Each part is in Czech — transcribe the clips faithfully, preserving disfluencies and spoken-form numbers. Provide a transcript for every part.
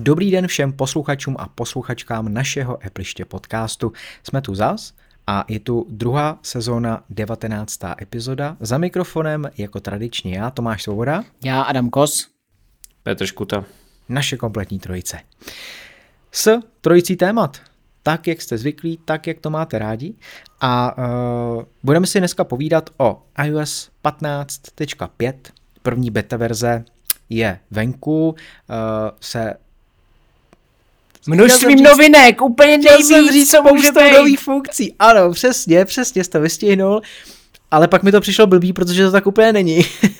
Dobrý den všem posluchačům a posluchačkám našeho Appliště podcastu. Jsme tu zas a je tu druhá sezóna, devatenáctá epizoda. Za mikrofonem jako tradičně já, Tomáš Svoboda. Já, Adam Kos. Petr Škuta. Naše kompletní trojice. S trojicí témat. Tak, jak jste zvyklí, tak, jak to máte rádi. A uh, budeme si dneska povídat o iOS patnáct tečka pět. První beta verze je venku, uh, se množstvím novinek, úplně nejvíc, co může být. nových funkcí. Ano, přesně, přesně jste vystihnul, ale pak mi to přišlo blbý, protože to tak úplně není.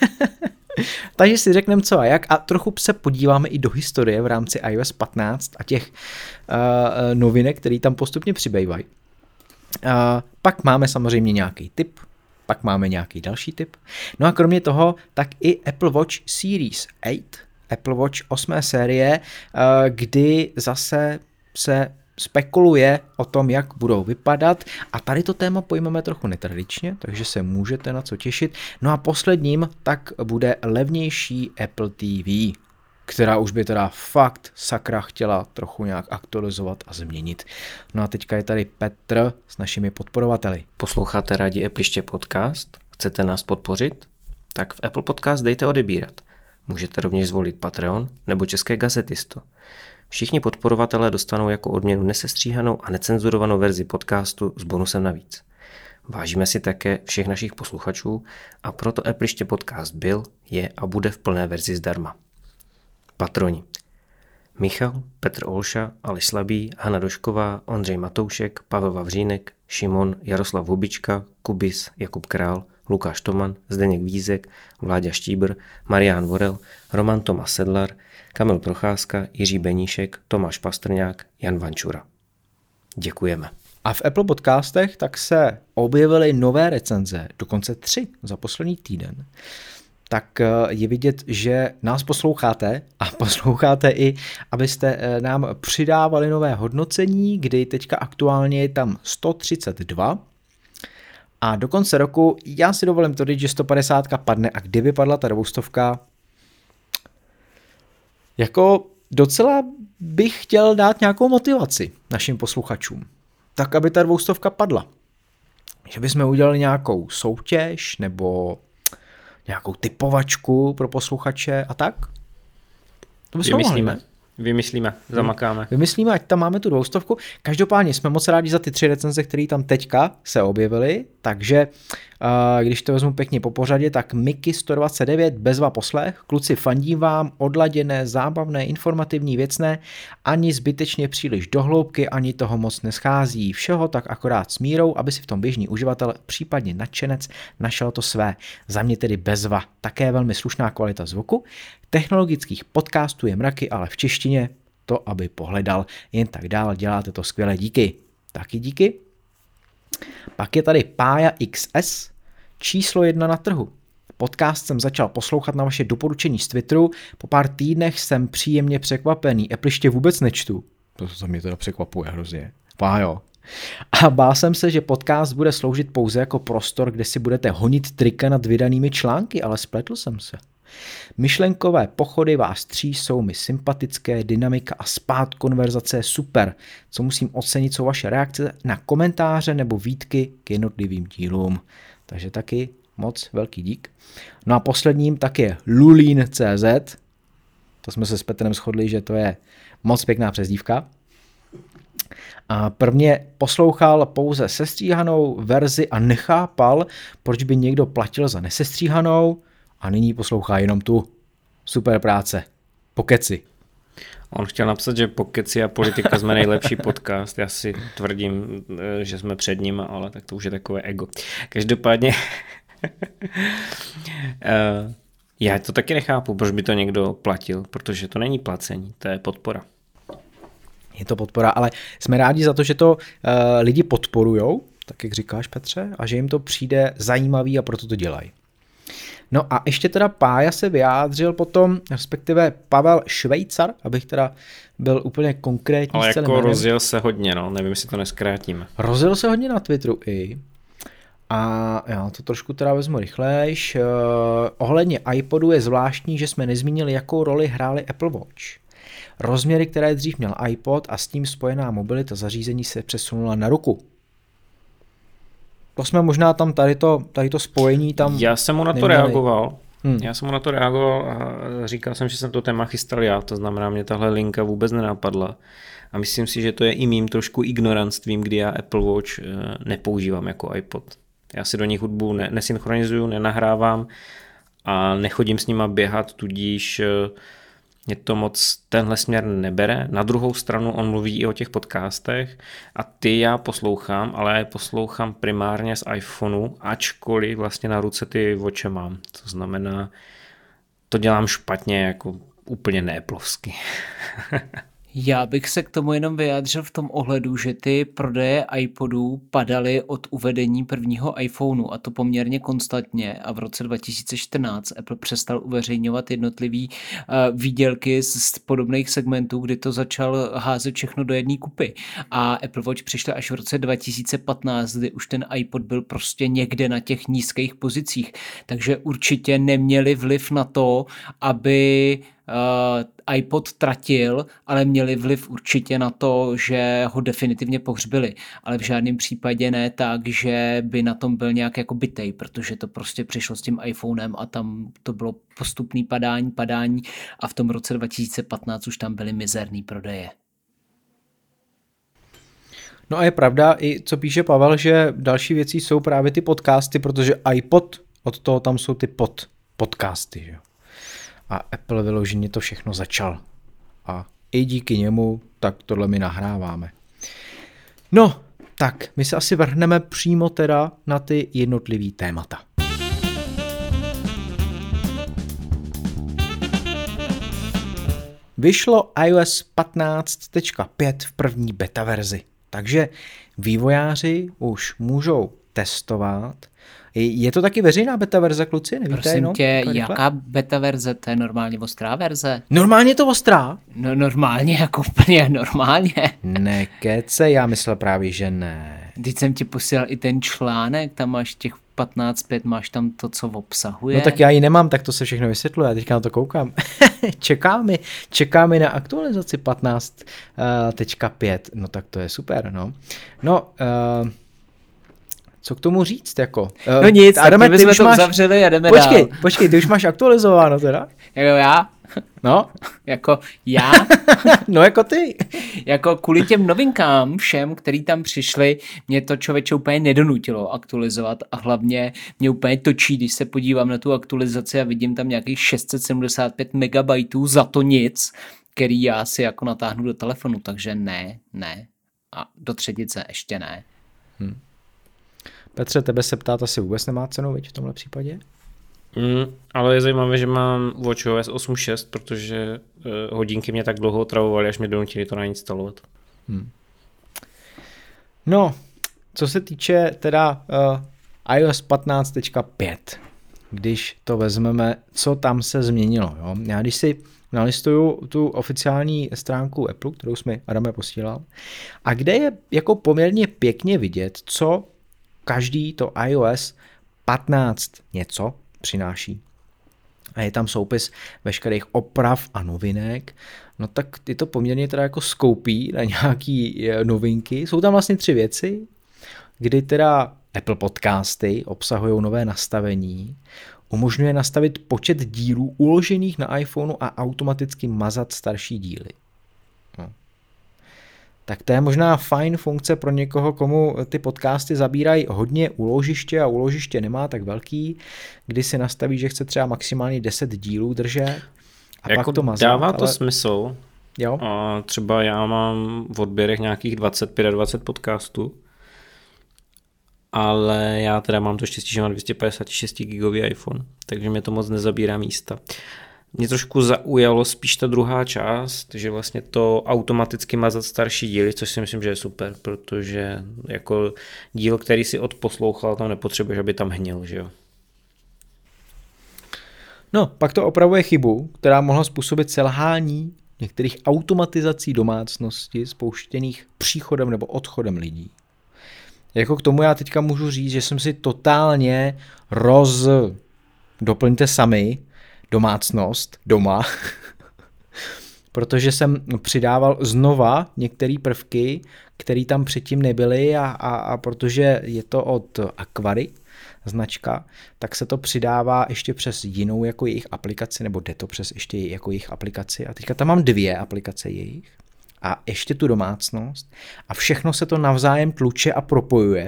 Takže si řekneme co a jak a trochu se podíváme i do historie v rámci iOS patnáct a těch uh, novinek, které tam postupně přibývají. Uh, pak máme samozřejmě nějaký tip, pak máme nějaký další tip. No a kromě toho, tak i Apple Watch Series osm, Apple Watch osmé série, kdy zase se spekuluje o tom, jak budou vypadat a tady to téma pojmeme trochu netradičně, takže se můžete na co těšit. No a posledním tak bude levnější Apple T V, která už by teda fakt sakra chtěla trochu nějak aktualizovat a změnit. No a teďka je tady Petr s našimi podporovateli. Posloucháte rádi Appliště podcast? Chcete nás podpořit? Tak v Apple Podcast dejte odebírat. Můžete rovněž zvolit Patreon nebo České gazetisto. Všichni podporovatelé dostanou jako odměnu nesestříhanou a necenzurovanou verzi podcastu s bonusem navíc. Vážíme si také všech našich posluchačů a proto Appliště podcast byl, je a bude v plné verzi zdarma. Patroni: Michal, Petr Olša, Aleš Slabý, Hana Došková, Ondřej Matoušek, Pavel Vavřínek, Šimon, Jaroslav Hubička, Kubis, Jakub Král, Lukáš Toman, Zdeněk Vízek, Vláďa Štíbr, Marián Vorel, Roman Tomas Sedlar, Kamil Procházka, Jiří Beníšek, Tomáš Pastrňák, Jan Vančura. Děkujeme. A v Apple podcastech tak se objevily nové recenze, dokonce tři za poslední týden. Tak je vidět, že nás posloucháte a posloucháte i, abyste nám přidávali nové hodnocení, kdy teďka aktuálně je tam sto třicet dva a do konce roku já si dovolím tvrdit, že sto padesát padne a kdyby padla ta dvoustovka, jako docela bych chtěl dát nějakou motivaci našim posluchačům, tak aby ta dvoustovka padla. Že bychom udělali nějakou soutěž nebo nějakou typovačku pro posluchače a tak? To bychom Vymyslíme. mohli, Vymyslíme, zamakáme. Vymyslíme, ať tam máme tu dvoustovku. Každopádně jsme moc rádi za ty tři recenze, které tam teďka se objevily, takže uh, když to vezmu pěkně po pořadě, tak Mickey sto dvacet devět, bezva poslech, kluci fandím vám, odladěné, zábavné, informativní, věcné, ani zbytečně příliš dohloubky, ani toho moc neschází, všeho tak akorát s mírou, aby si v tom běžný uživatel, případně nadšenec, našel to své. Za mě tedy bezva, také velmi slušná kvalita zvuku, technologických podcastů je mraky, ale v češtině to, aby pohledal, jen tak dál, děláte to skvěle, díky. Taky díky. Pak je tady Pája X S, číslo jedna na trhu. Podcast jsem začal poslouchat na vaše doporučení z Twitteru, po pár týdnech jsem příjemně překvapený, Appliště vůbec nečtu. To se mě teda překvapuje hrozně. Pájo. A bál jsem se, že podcast bude sloužit pouze jako prostor, kde si budete honit trika nad vydanými články, ale spletl jsem se. Myšlenkové pochody vás tří jsou mi sympatické, dynamika a spát konverzace je super. Co musím ocenit, jsou vaše reakce na komentáře nebo výtky k jednotlivým dílům. Takže taky moc velký dík. No a posledním tak je Lulín tečka cé zet. To jsme se s Petrem shodli, že to je moc pěkná přezdívka. A prvně poslouchal pouze sestříhanou verzi a nechápal, proč by někdo platil za nesestříhanou, a nyní poslouchá jenom tu. Super práce. Pokeci. On chtěl napsat, že Pokeci a politika jsme nejlepší podcast. Já si tvrdím, že jsme před ním, ale tak to už je takové ego. Každopádně já to taky nechápu, proč by to někdo platil, protože to není placení, to je podpora. Je to podpora, ale jsme rádi za to, že to uh, lidi podporujou, tak jak říkáš, Petře, a že jim to přijde zajímavý a proto to dělají. No a ještě teda Pája se vyjádřil potom, respektive Pavel Švejcar, abych teda byl úplně konkrétní. Ale jako rozjel se hodně, no, nevím, jestli to neskrátíme. Rozjel se hodně na Twitteru i. A já to trošku teda vezmu rychlejš. Uh, ohledně iPodu je zvláštní, že jsme nezmínili, jakou roli hráli Apple Watch. rozměry, které dřív měl iPod a s tím spojená mobilita zařízení se přesunula na ruku. To jsme možná tam tady to, tady to spojení tam Já jsem mu na to neměli. reagoval. Hmm. Já jsem mu na to reagoval a říkal jsem, že jsem to téma chystal já, to znamená, mě tahle linka vůbec nenapadla. A myslím si, že to je i mým trošku ignorantstvím, kdy já Apple Watch nepoužívám jako iPod. Já si do nich hudbu ne- nesynchronizuju, nenahrávám a nechodím s nima běhat, tudíž mě to moc tenhle směr nebere. Na druhou stranu on mluví i o těch podcastech a ty já poslouchám, ale já poslouchám primárně z iPhoneu, ačkoliv vlastně na ruce ty Watche mám. To znamená, to dělám špatně, jako úplně neaplovsky. Já bych se k tomu jenom vyjádřil v tom ohledu, že ty prodeje iPodů padaly od uvedení prvního iPhoneu a to poměrně konstantně a v roce dva tisíce čtrnáct Apple přestal uveřejňovat jednotlivý uh, výdělky z, z podobných segmentů, kdy to začal házet všechno do jedné kupy a Apple Watch přišla až v roce dva tisíce patnáct, kdy už ten iPod byl prostě někde na těch nízkých pozicích, takže určitě neměli vliv na to, aby Uh, iPod tratil, ale měli vliv určitě na to, že ho definitivně pohřbili, ale v žádném případě ne tak, že by na tom byl nějak jako bitej, protože to prostě přišlo s tím iPhonem a tam to bylo postupný padání, padání a v tom roce dva tisíce patnáct už tam byly mizerný prodeje. No a je pravda, i co píše Pavel, že další věcí jsou právě ty podcasty, protože iPod, od toho tam jsou ty pod, podcasty, že jo. A Apple vyloženě to všechno začal. A i díky němu, tak tohle my nahráváme. No, tak, my se asi vrhneme přímo teda na ty jednotlivý témata. Vyšlo iOS patnáct tečka pět v první beta verzi, takže vývojáři už můžou testovat. Je to taky veřejná beta verze, kluci? Nevíte Prosím jenom? tě, jaká beta verze? To je normálně ostrá verze? Normálně je to ostrá? No normálně, jako úplně normálně. Nekece, já myslel právě, že ne. Teď jsem ti posílal i ten článek, tam máš těch patnáct pět, máš tam to, co obsahuje. No tak já ji nemám, tak to se všechno vysvětluje, já teďka na to koukám. čekáme, čekáme na aktualizaci patnáct tečka pět, no tak to je super, no. No, uh, co k tomu říct, jako? Uh, no nic, Adame, tak ty jsme už to máš... uzavřeli a jdeme počkej, dál. Počkej, ty už máš aktualizováno teda? Jako já? No. Jako já? No jako ty. Jako kvůli těm novinkám všem, který tam přišli, mě to člověče úplně nedonutilo aktualizovat a hlavně mě úplně točí, když se podívám na tu aktualizaci a vidím tam nějakých šest set sedmdesát pět megabajtů za to nic, který já si jako natáhnu do telefonu, takže ne, ne. A do třetice ještě ne. Hmm. Petře, tebe se ptát asi vůbec nemá cenu, viď, v tomhle případě? Mm, ale je zajímavé, že mám WatchOS osm tečka šest, protože uh, hodinky mě tak dlouho otravovaly, až mě donutili to nainstalovat. Hmm. No, co se týče teda uh, iOS patnáct tečka pět, když to vezmeme, co tam se změnilo. Jo? Já když si nalistuju tu oficiální stránku Apple, kterou jsme Adame posílal, a kde je jako poměrně pěkně vidět, co každý to iOS patnáct něco přináší. A je tam soupis veškerých oprav a novinek, no tak je to poměrně teda jako skoupí na nějaký novinky. Jsou tam vlastně tři věci, kdy teda Apple podcasty obsahují nové nastavení, umožňuje nastavit počet dílů uložených na iPhoneu a automaticky mazat starší díly. No. Tak to je možná fajn funkce pro někoho, komu ty podcasty zabírají hodně úložiště a úložiště nemá tak velký, kdy si nastaví, že chce třeba maximálně deset dílů držet a jako pak to mazat. Dává to ale... smysl. Jo. A třeba já mám v odběrech nějakých dvacet pět dvacet podcastů, ale já teda mám to štěstí, že mám dvě stě padesát šest gigový iPhone, takže mě to moc nezabírá místa. Mě trošku zaujalo spíš ta druhá část, že vlastně to automaticky mazat starší díly, což si myslím, že je super, protože jako díl, který si odposlouchal, tam nepotřebuješ, aby tam hnil, že jo. No, pak to opravuje chybu, která mohla způsobit selhání některých automatizací domácnosti spouštěných příchodem nebo odchodem lidí. Jako k tomu já teďka můžu říct, že jsem si totálně roz... Doplňte sami domácnost doma, protože jsem přidával znova některé prvky, které tam předtím nebyly a, a, a protože je to od Aquary značka, tak se to přidává ještě přes jinou jako jejich aplikaci, nebo jde to přes ještě jako jejich aplikaci. A teďka tam mám dvě aplikace jejich a ještě tu domácnost a všechno se to navzájem tluče a propojuje.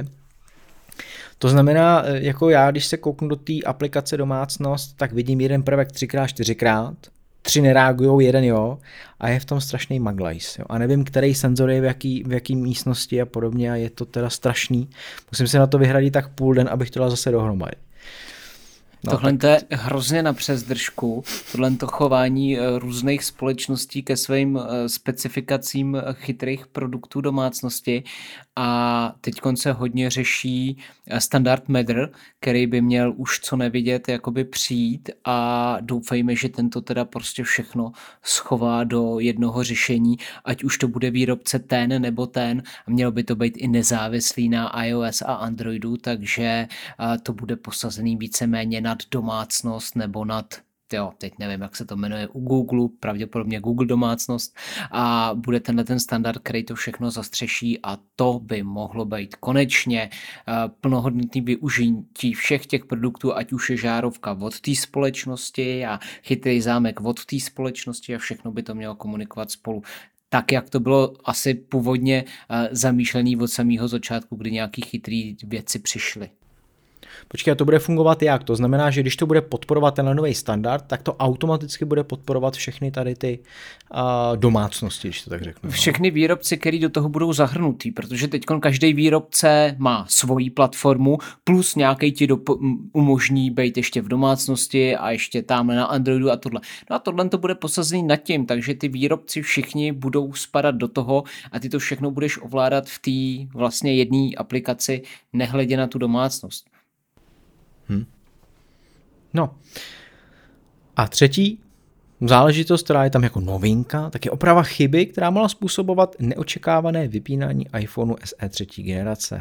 To znamená, jako já, když se kouknu do té aplikace domácnost, tak vidím jeden prvek třikrát, čtyřikrát, tři nereagujou, jeden jo, a je v tom strašný maglajs. Jo. A nevím, který senzor je v jaký, v jaký místnosti a podobně a je to teda strašný. Musím si na to vyhradit tak půl den, abych to dal zase dohromady. No, tohle tak... to je hrozně na přezdržku, tohle to chování různých společností ke svým specifikacím chytrých produktů domácnosti a teď se hodně řeší standard Matter, který by měl už co nevidět jakoby přijít a doufejme, že tento teda prostě všechno schová do jednoho řešení, ať už to bude výrobce ten nebo ten a mělo by to být i nezávislý na iOS a Androidu, takže to bude posazený víceméně nad domácnost nebo nad, jo, teď nevím, jak se to jmenuje u Google, pravděpodobně Google domácnost a bude tenhle ten standard, který to všechno zastřeší a to by mohlo být konečně plnohodnotný využití všech těch produktů, ať už je žárovka od té společnosti a chytrý zámek od té společnosti a všechno by to mělo komunikovat spolu. Tak, jak to bylo asi původně zamýšlený od samého začátku, kdy nějaký chytrý věci přišly. Počkej, a to bude fungovat jak? To znamená, že když to bude podporovat ten nový standard, tak to automaticky bude podporovat všechny tady ty uh, domácnosti, když to tak řeknu. Všechny výrobci, který do toho budou zahrnutý, protože teď každý výrobce má svoji platformu, plus nějaký ti dop- umožní být ještě v domácnosti a ještě tamhle na Androidu a tohle. No a tohle to bude posazený nad tím, takže ty výrobci všichni budou spadat do toho a ty to všechno budeš ovládat v té vlastně jedné aplikaci, nehledě na tu domácnost. Hmm. No a třetí záležitost, která je tam jako novinka, tak je oprava chyby, která mohla způsobovat neočekávané vypínání iPhoneu S E třetí generace.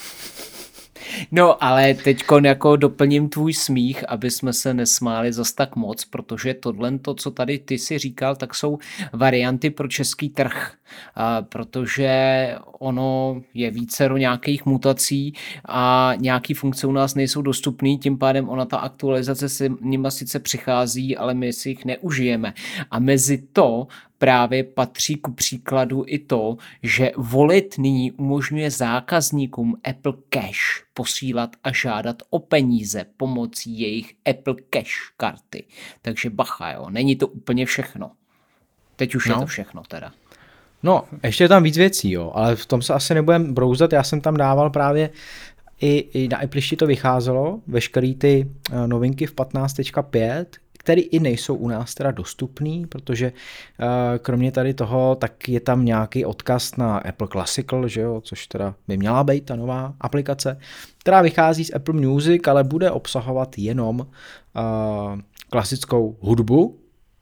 No, ale teďkon jako doplním tvůj smích, aby jsme se nesmáli zas tak moc, protože tohle, to, co tady ty si říkal, tak jsou varianty pro český trh, a protože ono je vícero nějakých mutací a nějaký funkce u nás nejsou dostupný, tím pádem ona ta aktualizace s nima sice přichází, ale my si jich neužijeme. A mezi to právě patří ku příkladu i to, že Wallet nyní umožňuje zákazníkům Apple Cash posílat a žádat o peníze pomocí jejich Apple Cash karty. Takže bacha, jo, není to úplně všechno. Teď už no. je to všechno teda. No, ještě je tam víc věcí, jo, ale v tom se asi nebudem brouzat, já jsem tam dával právě i, i na Apple to vycházelo, veškerý ty novinky v patnáct tečka pět, které i nejsou u nás teda dostupný, protože uh, kromě tady toho, tak je tam nějaký odkaz na Apple Classical, že jo, což teda by měla být ta nová aplikace, která vychází z Apple Music, ale bude obsahovat jenom uh, klasickou hudbu.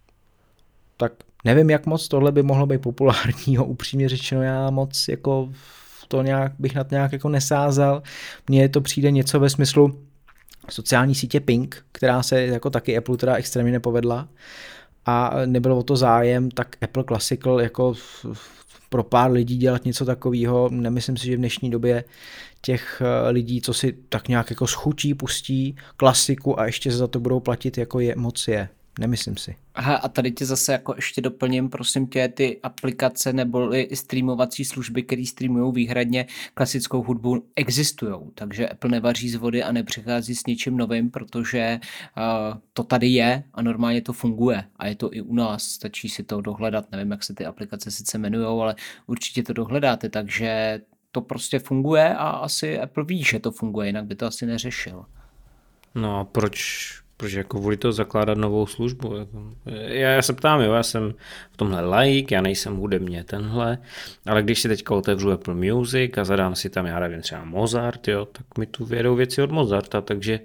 Tak nevím, jak moc tohle by mohlo být populární, upřímně řečeno, já moc jako to nějak, bych na to nějak jako nesázel. Mně to přijde něco ve smyslu sociální sítě Pink, která se jako taky Apple teda extrémně nepovedla a nebylo o to zájem, tak Apple Classical jako pro pár lidí dělat něco takového, nemyslím si, že v dnešní době těch lidí, co si tak nějak jako schutí, pustí klasiku a ještě za to budou platit, jako je moc je. Nemyslím si. Aha, a tady tě zase jako ještě doplním, prosím tě, ty aplikace nebo streamovací služby, které streamují výhradně klasickou hudbu, existují, takže Apple nevaří z vody a nepřichází s něčím novým, protože uh, to tady je a normálně to funguje a je to i u nás, stačí si to dohledat, nevím, jak se ty aplikace sice jmenujou, ale určitě to dohledáte, takže to prostě funguje a asi Apple ví, že to funguje, jinak by to asi neřešil. No a proč... Protože jako vůli to zakládat novou službu. Já, já se ptám, jo, já jsem v tomhle laik, já nejsem hudebně tenhle, ale když si teďka otevřu Apple Music a zadám si tam, já nevím, třeba Mozart, jo, tak mi tu vědou věci od Mozarta, takže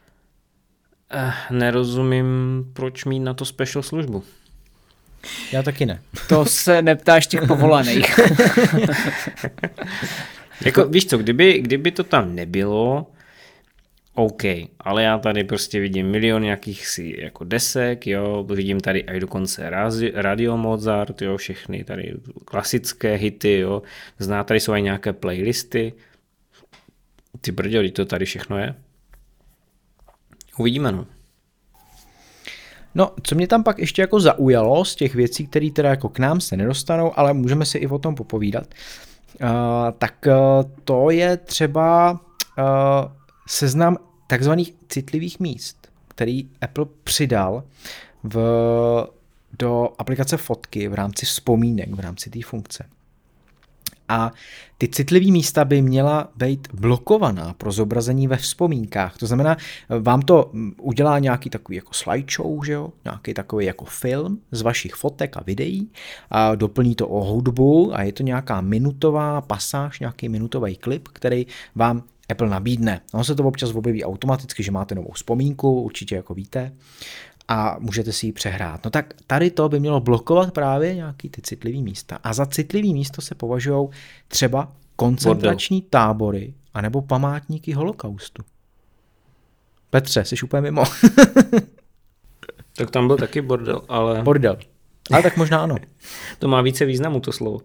eh, nerozumím, proč mít na to special službu. Já taky ne. To se neptáš těch povolaných. Jako, víš co, kdyby, kdyby to tam nebylo, OK, ale já tady prostě vidím milion nějakých si jako desek, jo, vidím tady i dokonce Radio Mozart, jo, všechny tady klasické hity, jo, zná, tady jsou i nějaké playlisty. Ty brďo, to tady všechno je. Uvidíme, no. No, co mě tam pak ještě jako zaujalo z těch věcí, které teda jako k nám se nedostanou, ale můžeme si i o tom popovídat, uh, tak uh, to je třeba uh, seznam takzvaných citlivých míst, který Apple přidal v, do aplikace Fotky v rámci vzpomínek, v rámci té funkce. A ty citlivé místa by měla být blokovaná pro zobrazení ve vzpomínkách. To znamená, vám to udělá nějaký takový jako slideshow, že jo? Nějaký takový jako film z vašich fotek a videí a doplní to o hudbu a je to nějaká minutová pasáž, nějaký minutový klip, který vám Apple nabídne. Ono se to občas objeví automaticky, že máte novou vzpomínku, určitě jako víte, a můžete si ji přehrát. No tak tady to by mělo blokovat právě nějaký ty citlivý místa. A za citlivý místo se považují třeba koncentrační bordel. Tábory anebo památníky holokaustu. Petře, jsi úplně mimo. Tak tam byl taky bordel, ale... Bordel. Ale tak možná ano. To má více významu, to slovo.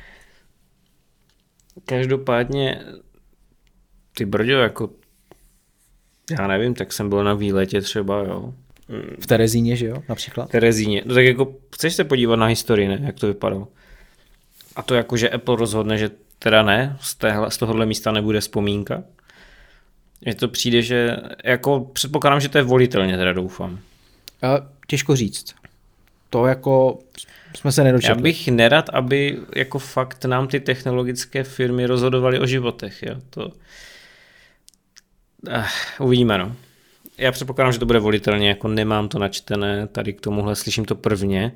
Každopádně ty brďo, jako já nevím, tak jsem byl na výletě třeba, jo. V Terezíně, že jo, například? Terezíně. No tak jako chceš se podívat na historii, ne, jak to vypadalo. A to jako, že Apple rozhodne, že teda ne, z, téhle, z tohohle místa nebude vzpomínka. Mně to přijde, že jako předpokládám, že to je volitelně, teda doufám. A těžko říct. To jako jsme se nedočetli. Já bych nerad, aby jako fakt nám ty technologické firmy rozhodovaly o životech, jo. To... Uh, uvidíme, no. Já předpokládám, že to bude volitelně, jako nemám to načtené, tady k tomuhle slyším to prvně.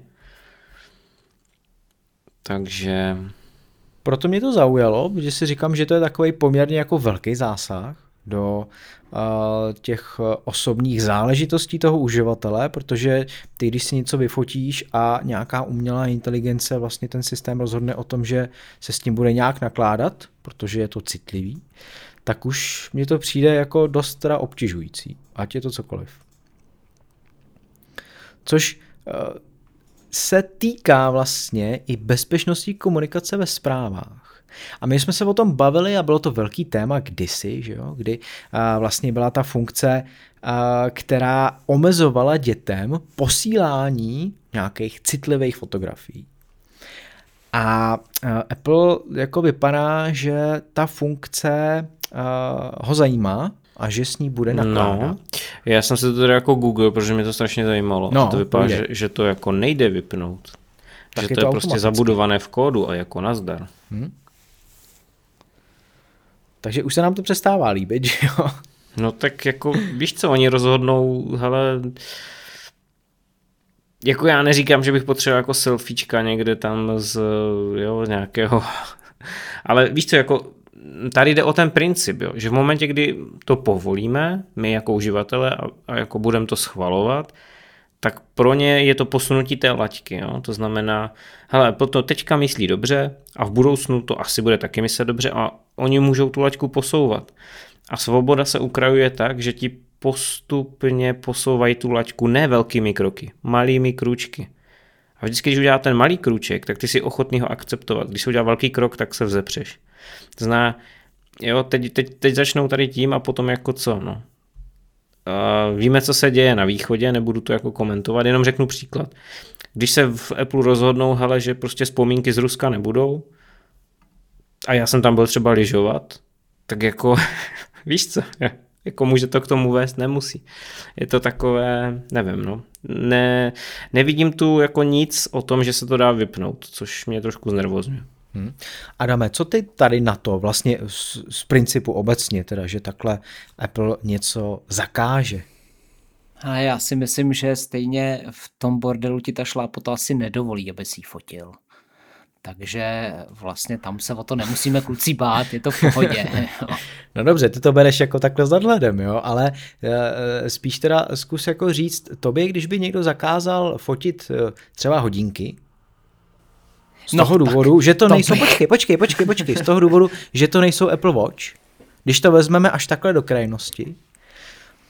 Takže... Proto mě to zaujalo, protože si říkám, že to je takový poměrně jako velký zásah do uh, těch osobních záležitostí toho uživatele, protože ty, když si něco vyfotíš a nějaká umělá inteligence, vlastně ten systém rozhodne o tom, že se s tím bude nějak nakládat, protože je to citlivý, tak už mně to přijde jako dost teda obtěžující, ať je to cokoliv. Což uh, se týká vlastně i bezpečnosti komunikace ve zprávách. A my jsme se o tom bavili a bylo to velký téma kdysi, že jo? Kdy uh, vlastně byla ta funkce, uh, která omezovala dětem posílání nějakých citlivých fotografií. A uh, Apple jako vypadá, že ta funkce uh, ho zajímá a že s ní bude nakládat. No, já jsem se to teda jako Google, protože mě to strašně zajímalo. No, a to vypadá, že, že to jako nejde vypnout. Tak že je to, to je prostě zabudované v kódu a jako nazdar. Hmm? Takže už se nám to přestává líbit, že jo? No tak jako, víš co, oni rozhodnou, hele, jako já neříkám, že bych potřeboval jako selfiečka někde tam z jo, nějakého, ale víš co, jako tady jde o ten princip, jo, že v momentě, kdy to povolíme, my jako uživatelé a, a jako budeme to schvalovat, tak pro ně je to posunutí té laťky. Jo? To znamená, hele, to teďka myslí dobře a v budoucnu to asi bude taky myslet dobře a oni můžou tu laťku posouvat. A svoboda se ukrajuje tak, že ti postupně posouvají tu laťku ne velkými kroky, malými krůčky. A vždycky, když udělá ten malý krůček, tak ty jsi ochotný ho akceptovat. Když se udělá velký krok, tak se vzepřeš. To znamená, jo, teď, teď, teď začnou tady tím a potom jako co, no. Uh, víme, co se děje na východě, nebudu to jako komentovat, jenom řeknu příklad. Když se v Apple rozhodnou, hele, že prostě vzpomínky z Ruska nebudou a já jsem tam byl třeba lyžovat, tak jako, víš co, jako může to k tomu vést, nemusí. Je to takové, nevím, no. Ne, nevidím tu jako nic o tom, že se to dá vypnout, což mě trošku znervozňuje. Hmm. Adame, co ty tady na to vlastně z, z principu obecně, teda, že takhle Apple něco zakáže? A já si myslím, že stejně v tom bordelu ti ta šlápota asi nedovolí, aby si ji fotil. Takže vlastně tam se o to nemusíme kluci bát, je to v pohodě. No dobře, ty to bereš jako takhle s nadhledem, jo, ale e, spíš teda zkus jako říct, tobě, když by někdo zakázal fotit třeba hodinky, z toho no, důvodu, že to, to nejsou, by... počkej, počkej, počkej, počkej, z toho důvodu, že to nejsou Apple Watch, když to vezmeme až takhle do krajnosti,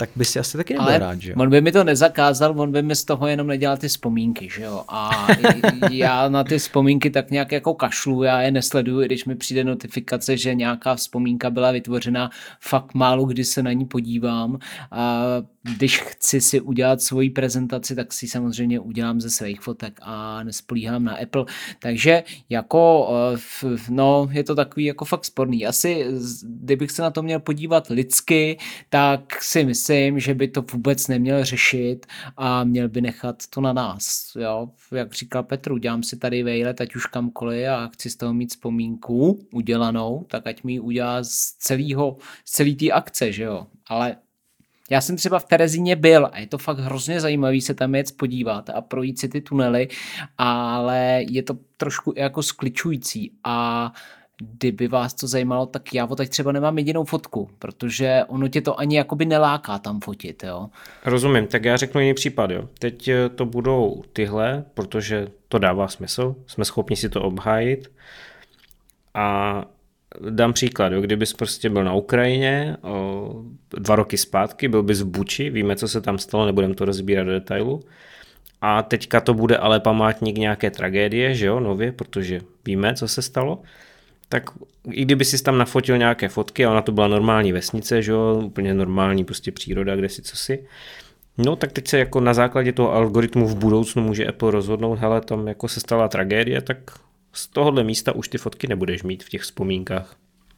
tak by si asi taky nebyl Ale rád, že jo? on by mi to nezakázal, on by mi z toho jenom nedělal ty vzpomínky, že jo? A já na ty vzpomínky tak nějak jako kašlu, já je nesleduju, i když mi přijde notifikace, že nějaká vzpomínka byla vytvořena, fakt málo kdy se na ní podívám. A když chci si udělat svoji prezentaci, tak si samozřejmě udělám ze svých fotek a nespolíhám na Apple. Takže jako, no, je to takový jako fakt sporný. Asi, kdybych se na to měl podívat lidsky, tak si myslím, že by to vůbec neměl řešit a měl by nechat to na nás. Jo? Jak říkal Petru, dělám si tady vejlet, ať už kamkoliv a chci z toho mít vzpomínku udělanou, tak ať mi ji udělá z celého, z celý té akce, že jo. Ale já jsem třeba v Terezíně byl a je to fakt hrozně zajímavý se tam jet podívat a projít si ty tunely, ale je to trošku jako skličující a kdyby vás to zajímalo, tak já teď třeba nemám jedinou fotku, protože ono tě to ani jakoby neláká tam fotit, jo. Rozumím, tak já řeknu jiný případ, jo. Teď to budou tyhle, protože to dává smysl, jsme schopni si to obhájit a dám příklad, jo. Kdybys prostě byl na Ukrajině o, dva roky zpátky, byl bys v Buči, víme, co se tam stalo, nebudeme to rozbírat do detailu, a teďka to bude ale památník nějaké tragédie, že jo, nově, protože víme, co se stalo, tak i kdyby si tam nafotil nějaké fotky a ona to byla normální vesnice, že jo, úplně normální prostě příroda, kde si co si, no tak teď se jako na základě toho algoritmu v budoucnu může Apple rozhodnout, hele, tam jako se stala tragédie, tak z tohohle místa už ty fotky nebudeš mít v těch vzpomínkách.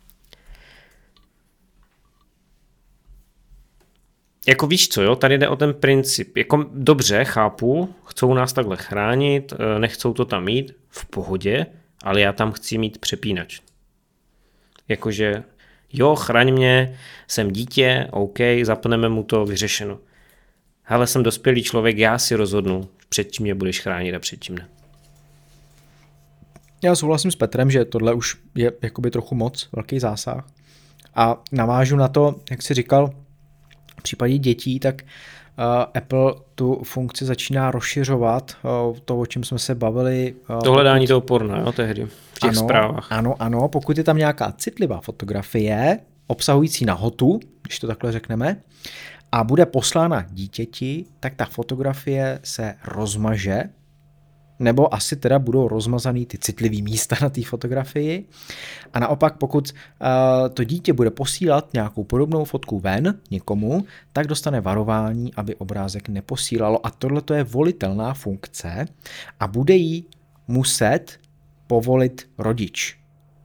Jako víš co, jo, tady jde o ten princip. Jako dobře, chápu, chcou nás takhle chránit, nechcou to tam mít, v pohodě, ale já tam chci mít přepínač. Jakože, jo, chraň mě, jsem dítě, OK, zapneme mu to, vyřešeno. Hele, jsem dospělý člověk, já si rozhodnu, před čím mě budeš chránit a před čím ne. Já souhlasím s Petrem, že tohle už je jakoby trochu moc velký zásah. A navážu na to, jak jsi říkal, v případě dětí, tak uh, Apple tu funkci začíná rozšiřovat, uh, to, o čem jsme se bavili. Uh, to hledání toho porna, jo, tehdy, v těch ano, zprávách. Ano, ano, pokud je tam nějaká citlivá fotografie, obsahující nahotu, když to takhle řekneme, a bude poslána dítěti, tak ta fotografie se rozmaže, nebo asi teda budou rozmazaný ty citlivý místa na té fotografii. A naopak, pokud uh, to dítě bude posílat nějakou podobnou fotku ven někomu, tak dostane varování, aby obrázek neposílalo. A tohle to je volitelná funkce a bude jí muset povolit rodič.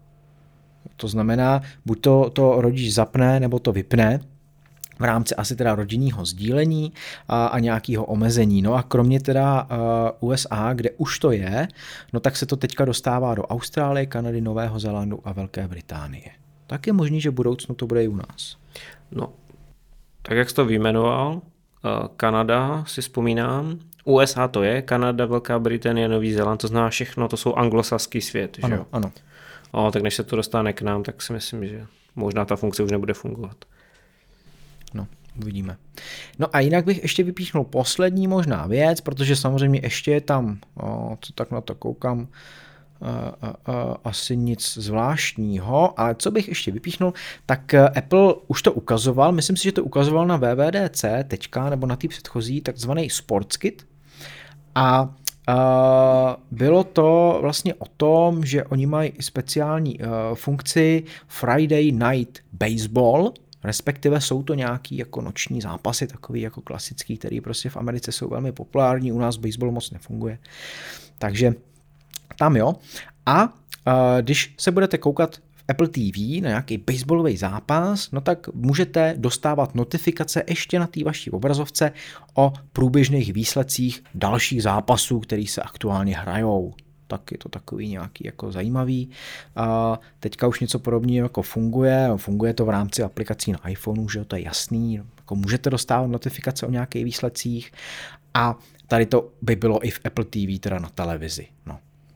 To znamená, buď to, to rodič zapne, nebo to vypne, v rámci asi teda rodinného sdílení a, a nějakého omezení. No a kromě teda uh, U S A, kde už to je, no tak se to teďka dostává do Austrálie, Kanady, Nového Zélandu a Velké Británie. Tak je možný, že v budoucnu to bude i u nás. No, tak jak jsi to vyjmenoval, uh, Kanada si vzpomínám, U S A to je, Kanada, Velká Británie, Nový Zéland, to znamená všechno, to jsou anglosaský svět, ano, že jo? Ano, O, tak než se to dostane k nám, tak si myslím, že možná ta funkce už nebude fungovat. No, uvidíme. No a jinak bych ještě vypíchnul poslední možná věc, protože samozřejmě ještě je tam, o, co tak na to koukám, a, a, a, asi nic zvláštního, ale co bych ještě vypíchnul, tak Apple už to ukazoval, myslím si, že to ukazoval na W W D C tečka, nebo na té předchozí takzvaný SportsKit a Uh, bylo to vlastně o tom, že oni mají speciální uh, funkci Friday Night Baseball, respektive jsou to nějaký jako noční zápasy, takový jako klasický, který prostě v Americe jsou velmi populární, u nás baseball moc nefunguje. Takže tam jo. A uh, když se budete koukat v Apple T V na nějaký baseballový zápas, no tak můžete dostávat notifikace ještě na té vaší obrazovce o průběžných výsledcích dalších zápasů, který se aktuálně hrajou. Tak je to takový nějaký jako zajímavý. A teďka už něco podobného jako funguje, funguje to v rámci aplikací na iPhoneu, že to je jasný, jako můžete dostávat notifikace o nějakých výsledcích a tady to by bylo i v Apple T V, teda na televizi. No.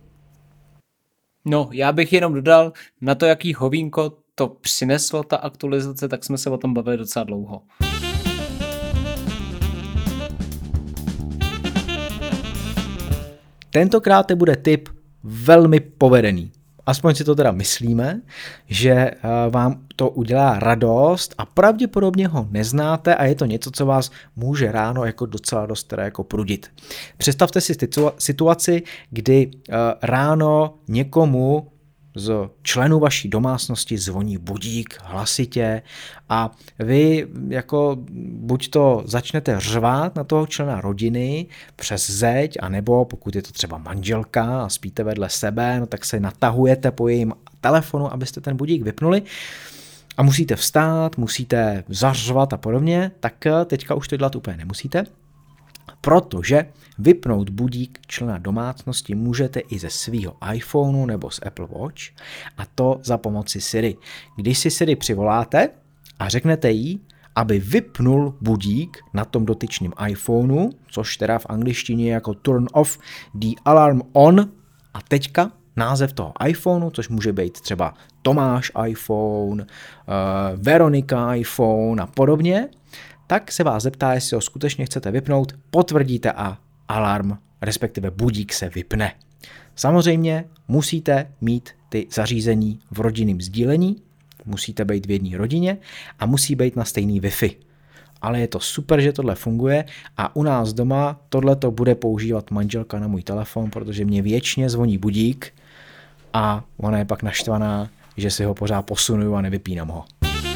No, já bych jenom dodal, na to, jaký hovínko to přineslo, ta aktualizace, tak jsme se o tom bavili docela dlouho. Tentokrát bude tip velmi povedený. aspoň si to teda myslíme, že vám to udělá radost a pravděpodobně ho neznáte a je to něco, co vás může ráno jako docela dost teda jako prudit. Představte si situaci, kdy ráno někomu z členů vaší domácnosti zvoní budík hlasitě a vy jako buď to začnete řvát na toho člena rodiny přes zeď, anebo pokud je to třeba manželka a spíte vedle sebe, no tak se natahujete po jejím telefonu, abyste ten budík vypnuli a musíte vstát, musíte zařvat a podobně, tak teďka už to dělat úplně nemusíte, protože vypnout budík člena domácnosti můžete i ze svého iPhoneu nebo z Apple Watch a to za pomoci Siri. Když si Siri přivoláte a řeknete jí, aby vypnul budík na tom dotyčném iPhoneu, což teda v angličtině je jako turn off the alarm on a teďka název toho iPhoneu, což může být třeba Tomáš iPhone, uh, Veronika iPhone a podobně, tak se vás zeptá, jestli ho skutečně chcete vypnout, potvrdíte a alarm, respektive budík se vypne. Samozřejmě musíte mít ty zařízení v rodinném sdílení, musíte být v jedné rodině a musí být na stejný Wi-Fi. Ale je to super, že tohle funguje a u nás doma tohle to bude používat manželka na můj telefon, protože mě věčně zvoní budík a ona je pak naštvaná, že si ho pořád posunuju a nevypínám ho.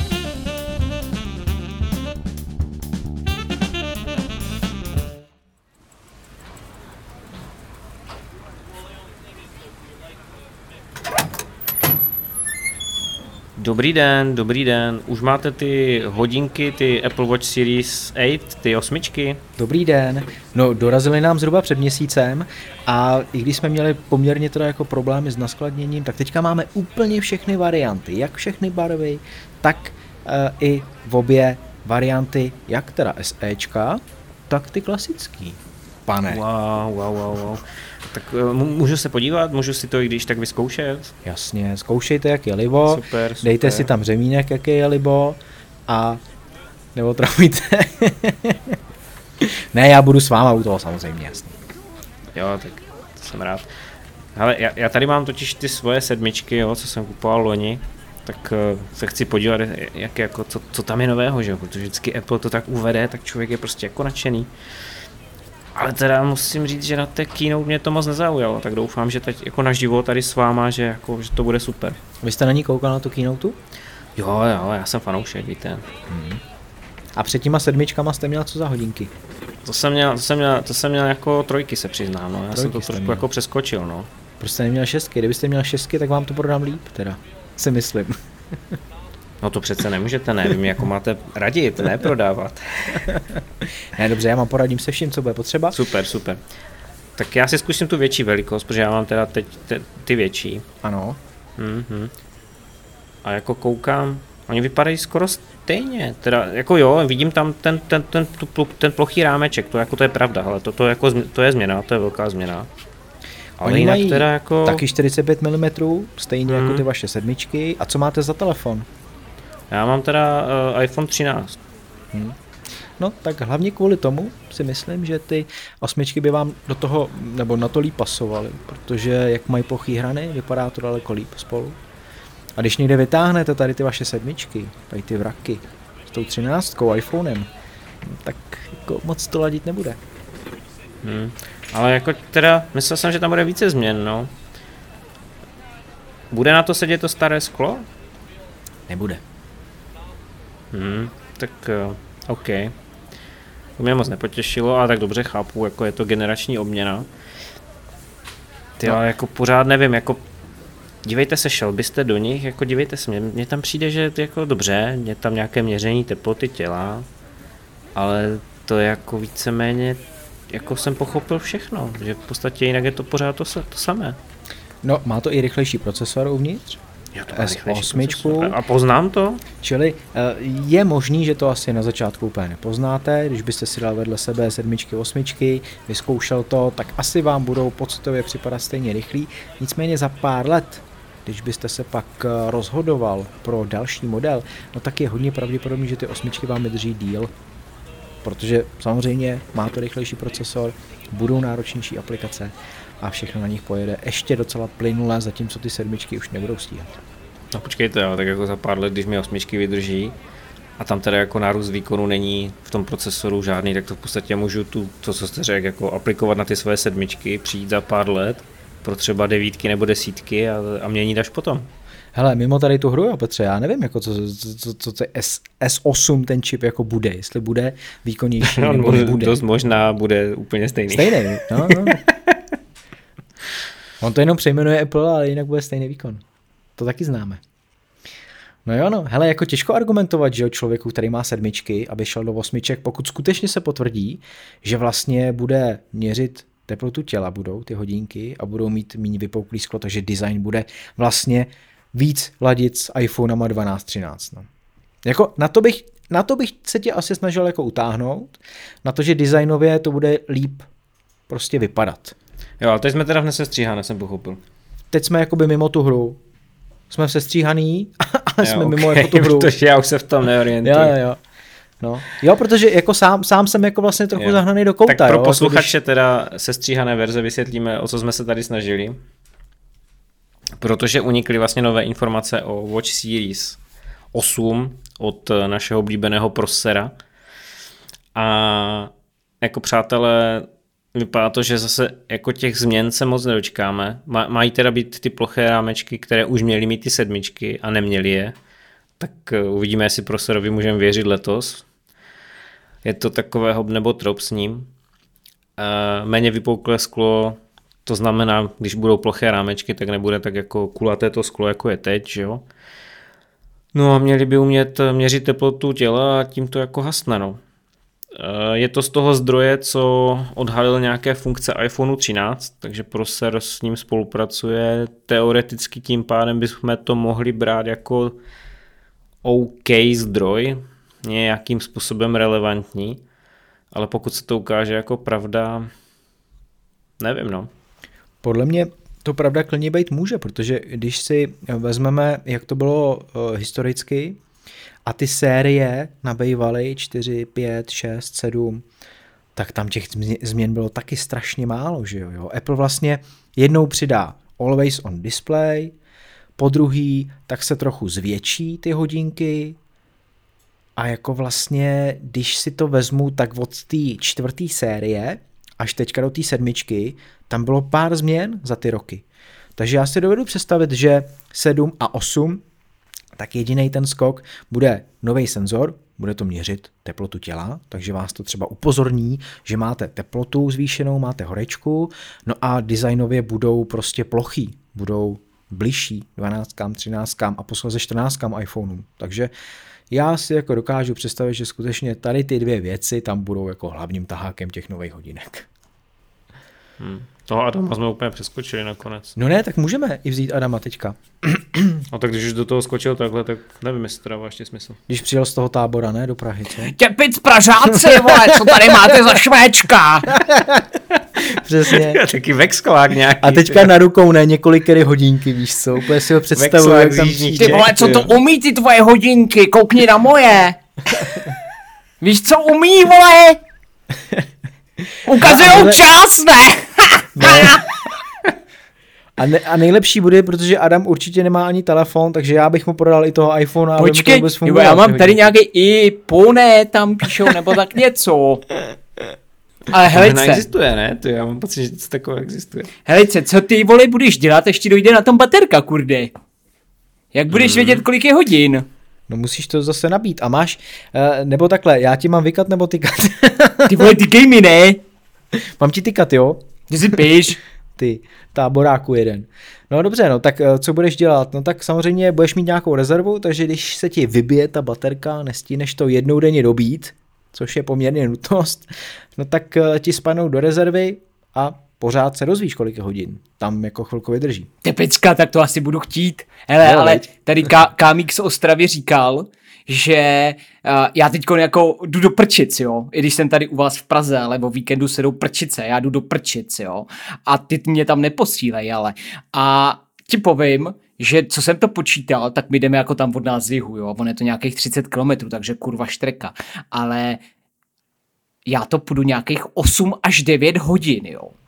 Dobrý den, dobrý den. Už máte ty hodinky, ty Apple Watch Series osm, ty osmičky? Dobrý den. No, dorazili nám zhruba před měsícem a i když jsme měli poměrně teda jako problémy s naskladněním, tak teďka máme úplně všechny varianty, jak všechny barvy, tak e, i v obě varianty, jak teda SEčka, tak ty klasický. Pane. Wow, wow, wow, wow. Tak můžu se podívat, můžu si to i když tak vyzkoušet? Jasně, zkoušejte, jak je libo, super, super. Dejte si tam řemínek, jak je libo a neotravujte. Ne, já budu s váma u toho samozřejmě, jasně. Jo, tak to jsem rád. Hele, já, já tady mám totiž ty svoje sedmičky, jo, co jsem kupoval loni, tak uh, se chci podívat, jak, jako, co, co tam je nového, že jo, protože vždycky Apple to tak uvede, tak člověk je prostě jako nadšený. Ale teda musím říct, že na té keynote mě to moc nezaujalo, tak doufám, že teď jako naživo tady s váma, že, jako, že to bude super. Vy jste na ní koukal na tu keynote? Jo, jo, já jsem fanoušek, víte. Hmm. A před těma sedmičkama jste měl co za hodinky? To jsem měl, to jsem měl, to jsem měl jako trojky, se přiznám, no. Já Trojky jsem to trošku měl. jako přeskočil, no. Proč jste neměl šestky? Kdybyste měl šestky, tak vám to prodám líp, teda. Si myslím. No to přece nemůžete, ne, vy mě jako máte radit, ne prodávat. Ne, dobře, já vám poradím se vším, co bude potřeba. Super, super. Tak já si zkusím tu větší velikost, protože já mám teda teď te, ty větší. Ano. Mhm. A jako koukám, oni vypadají skoro stejně, teda jako jo, vidím tam ten, ten, ten, ten, ten plochý rámeček, to jako to je pravda, ale to, to, jako, to je změna, to je velká změna. Ale Oni jinak mají teda jako... taky čtyřicet pět milimetrů, stejně Hmm. jako ty vaše sedmičky. A co máte za telefon? Já mám teda uh, iPhone třináct. Hmm. No, tak hlavně kvůli tomu si myslím, že ty osmičky by vám do toho, nebo na to líp pasovaly, protože jak mají plochý hrany, vypadá to daleko líp spolu. A když někde vytáhnete tady ty vaše sedmičky, tady ty vraky, s tou třináctkou iPhonem, tak jako moc to ladit nebude. Hmm. Ale jako teda, myslel jsem, že tam bude více změn, no. Bude na to sedět to staré sklo? Nebude. Hmm, tak uh, OK. To mě moc nepotěšilo, ale tak dobře chápu, jako je to generační obměna. Ty, No. ale jako pořád nevím, jako dívejte se, šel byste do nich, jako dívejte se, mně, mně tam přijde, že jako dobře, je tam nějaké měření teploty těla, ale to je jako víceméně, jako jsem pochopil všechno, že v podstatě jinak je to pořád to, to samé. No, má to i rychlejší procesor uvnitř, Jo, to má S rychlejší osm. procesor. A poznám to? čili eh, je možný, že to asi na začátku úplně nepoznáte, když byste si dal vedle sebe sedmičky, osmičky, vyzkoušel to, tak asi vám budou pocitově připadat stejně rychlí, nicméně za pár let, když byste se pak eh, rozhodoval pro další model, no tak je hodně pravděpodobné, že ty osmičky vám vydrží díl, protože samozřejmě má to rychlejší procesor, budou náročnější aplikace, a všechno na nich pojede ještě docela plynule, zatímco ty sedmičky už nebudou stíhat. No počkejte, ale tak jako za pár let, když mi osmičky vydrží a tam teda jako nárůst výkonu není v tom procesoru žádný, tak to v podstatě můžu tu, to, co jste řekl, jako aplikovat na ty své sedmičky, přijít za pár let pro třeba devítky nebo desítky a, a měnit až potom. Hele, mimo tady tu hru, jo, Petře, já nevím, jako co, co, co, co S, S osm ten čip jako bude, jestli bude výkonnější no, nebo nebude. Dost možná bude úplně stejný. Stejný, no, no. On to jenom přejmenuje Apple, ale jinak bude stejný výkon. To taky známe. No jo, no, hele, jako těžko argumentovat, že jo, člověku, který má sedmičky, aby šel do osmiček, pokud skutečně se potvrdí, že vlastně bude měřit teplotu těla, budou ty hodinky a budou mít méně vypouklý sklo, takže design bude vlastně víc ladit s iPhonema dvanáct třináct. No. Jako na to bych, na to bych se tě asi snažil jako utáhnout, na to, že designově to bude líp prostě vypadat. Jo, ale teď jsme teda v nesestříhané, jsem pochopil. Teď jsme jakoby mimo tu hru. Jsme sestříhaný, ale jo, jsme okay, mimo jako tu hru. Protože já už se v tom neorientuji. Jo, jo, jo. No. Jo, protože jako sám, sám jsem jako vlastně trochu jo. zahnaný do kouta. Tak pro jo, posluchače když... teda sestříhané verze vysvětlíme, o co jsme se tady snažili. Protože unikly vlastně nové informace o Watch Series osm od našeho oblíbeného prosera. A jako přátelé, vypadá to, že zase jako těch změn se moc nedočkáme. Mají teda být ty ploché rámečky, které už měly mít ty sedmičky a neměly je. Tak uvidíme, jestli proserovi můžeme věřit letos. Je to takové hob nebo trop s ním. E, méně vypouklé sklo, to znamená, když budou ploché rámečky, tak nebude tak jako kulaté to sklo, jako je teď, že jo. No a měli by umět měřit teplotu těla a tím to jako hasne, no. E, je to z toho zdroje, co odhalil nějaké funkce iPhoneu třináct, takže Proser s ním spolupracuje. Teoreticky tím pádem bychom to mohli brát jako OK zdroj, nějakým způsobem relevantní, ale pokud se to ukáže jako pravda, nevím, no. Podle mě to pravda klidně být může, protože když si vezmeme, jak to bylo uh, historicky, a ty série nabývaly čtyři, pět, šest, sedm, tak tam těch změn bylo taky strašně málo, že jo? jo? Apple vlastně jednou přidá Always on Display, po druhý tak se trochu zvětší ty hodinky a jako vlastně, když si to vezmu, tak od té čtvrté série až teďka do té sedmičky, tam bylo pár změn za ty roky. Takže já si dovedu představit, že sedm a osm, tak jediný ten skok bude nový senzor, bude to měřit teplotu těla, takže vás to třeba upozorní, že máte teplotu zvýšenou, máte horečku, no a designově budou prostě plochý, budou bližší dvanáctkám, třináctkám a posledně čtrnáctkám iPhoneu. Takže já si jako dokážu představit, že skutečně tady ty dvě věci tam budou jako hlavním tahákem těch nových hodinek. Hmm. Toho Adama jsme úplně přeskočili nakonec. No ne, tak můžeme i vzít Adama teďka. No tak když už do toho skočil takhle, tak nevím, jestli to dává ještě smysl. Když přijel z toho tábora, ne, do Prahy, co? Těpic Pražáci, vole, co tady máte za švéčka? Přesně. Taky vexklák nějaký. A teďka na rukou, ne, několikerý hodinky, víš co, úplně si ho představuji, jak tam přijde. Ty vole, co to umí ty tvoje hodinky, koukni na moje. Víš, co umí, vole? Ukazujou ne, čas, ne? ne. A, ne, a nejlepší bude, protože Adam určitě nemá ani telefon, takže já bych mu prodal i toho iPhone. A počkej, to jo, já mám tady nějaký i pone, tam píšou, nebo tak něco. Ale helice. To neexistuje, ne? To já mám pocit, že něco takové existuje. Helice, co ty, vole, budeš dělat, ještě dojde na tom baterka, kurde. Jak budeš mm. vědět, kolik je hodin? No musíš to zase nabít a máš, uh, nebo takhle, já ti mám vykat nebo tykat? Ty vole, tykej mi, ne? Mám ti tykat, jo? Ty si píš. Ty, táboráku jeden. No dobře, no tak co budeš dělat? No tak samozřejmě budeš mít nějakou rezervu, takže když se ti vybije ta baterka, nestíneš to jednou denně dobít, což je poměrně nutnost, no tak ti spadnou do rezervy a pořád se dozvíš, kolik je hodin. Tam jako chvilku vydrží. Typická, tak to asi budu chtít. Hele, no, ale tady Ká- Kámík z Ostravy říkal, že uh, já teď jako jdu do Prčic, jo, i když jsem tady u vás v Praze, ale o víkendu se jdou Prčice, já jdu do Prčic, jo, a ty mě tam neposílej, ale a ti povím, že co jsem to počítal, tak my jdeme jako tam od nás z jihu, jo, on je to nějakých třicet kilometrů, takže kurva štreka, ale já to půjdu nějakých osm až devět hodin, jo.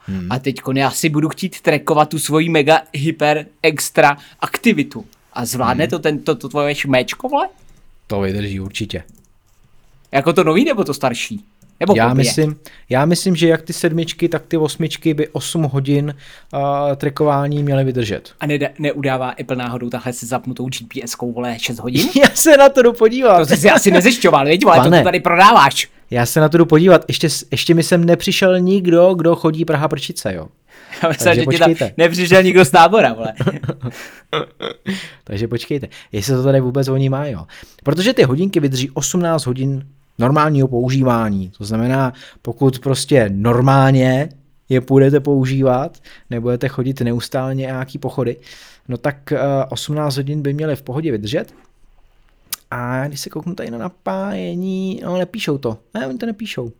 Hmm. A teď já si budu chtít trackovat tu svoji mega hyper extra aktivitu. A zvládne hmm. to tento to tvoje šméčko, vole? To vydrží určitě. Jako to nový nebo to starší? Nebo já, myslím, já myslím, že jak ty sedmičky, tak ty osmičky by osm hodin uh, trackování měly vydržet. A ne, neudává Apple náhodou tahle se zapnutou G P S-kou, vole, šest hodin? Já se na to jdu podívat. To jsi si asi nezjišťoval, věď, vole, Pane, to tady prodáváš. Já se na to jdu podívat. Ještě, ještě mi sem nepřišel nikdo, kdo chodí Praha Prčice, jo. Já myslím, že ti tam nepřišel nikdo z tábora, vole. Takže počkejte, jestli to tady vůbec oni má, jo. Protože ty hodinky vydrží osmnáct hodin normálního používání. To znamená, pokud prostě normálně je půjdete používat, nebudete chodit neustále nějaký pochody, no tak osmnáct hodin by měly v pohodě vydržet. A když se kouknu tady na napájení, no nepíšou to. Ne, oni to nepíšou.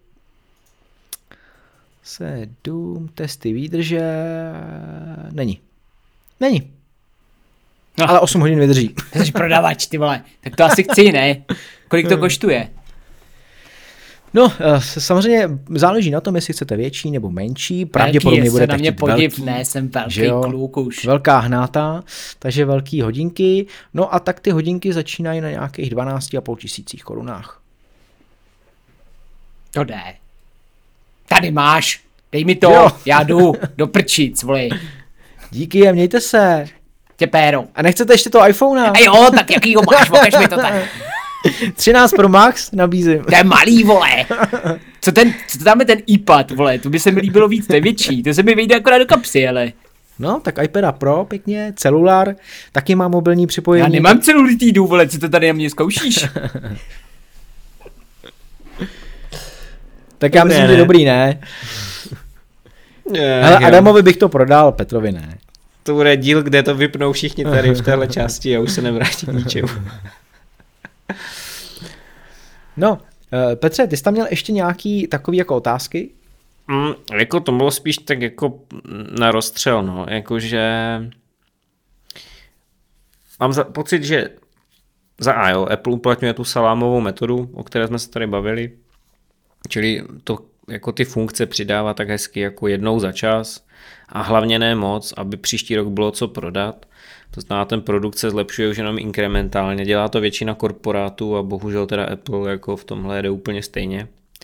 Sedm, testy výdrže, není. Není. No. Ale osm hodin vydrží. Jsi prodavač, ty vole. Tak to asi chci, ne? Kolik to koštuje? No, samozřejmě záleží na tom, jestli chcete větší nebo menší. Pravděpodobně budete chtít velký. Na mě podiv, ne, jsem velký kluk už. Velká hnáta, takže velký hodinky. No a tak ty hodinky začínají na nějakých dvanáct a půl tisících korunách. To jde. Tady máš, dej mi to, jo. Já jdu do prčic, vole. Díky a mějte se. Tě péro. A nechcete ještě to iPhonea? A jo, tak jakýho máš, pokaž mi to tak. třináct Pro Max nabízím. To je malý, vole. Co, ten, co tam je ten iPad, vole, to by se mi líbilo víc, to je větší, to se mi vyjde akorát do kapsy, ale. No, tak iPad Pro, pěkně, celular, taky má mobilní připojení. Já nemám celulitídu, vole, co to tady na mě zkoušíš? Tak já myslím, že dobrý, ne? Hele, Adamovi bych to prodal, Petrovi ne. To bude díl, kde to vypnou všichni tady v téhle části a už se nevrátí k ničemu. No, Petře, ty jsi tam měl ještě nějaký takový jako otázky? Mm, jako to bylo spíš tak jako na rozstřel, no, jakože mám za, pocit, že za A, jo, Apple uplatňuje tu salámovou metodu, o které jsme se tady bavili, čili to jako ty funkce přidává tak hezky jako jednou za čas a hlavně ne moc, aby příští rok bylo co prodat. To znamená, ten produkt se zlepšuje už jenom inkrementálně, dělá to většina korporátů a bohužel teda Apple jako v tomhle jde úplně stejně.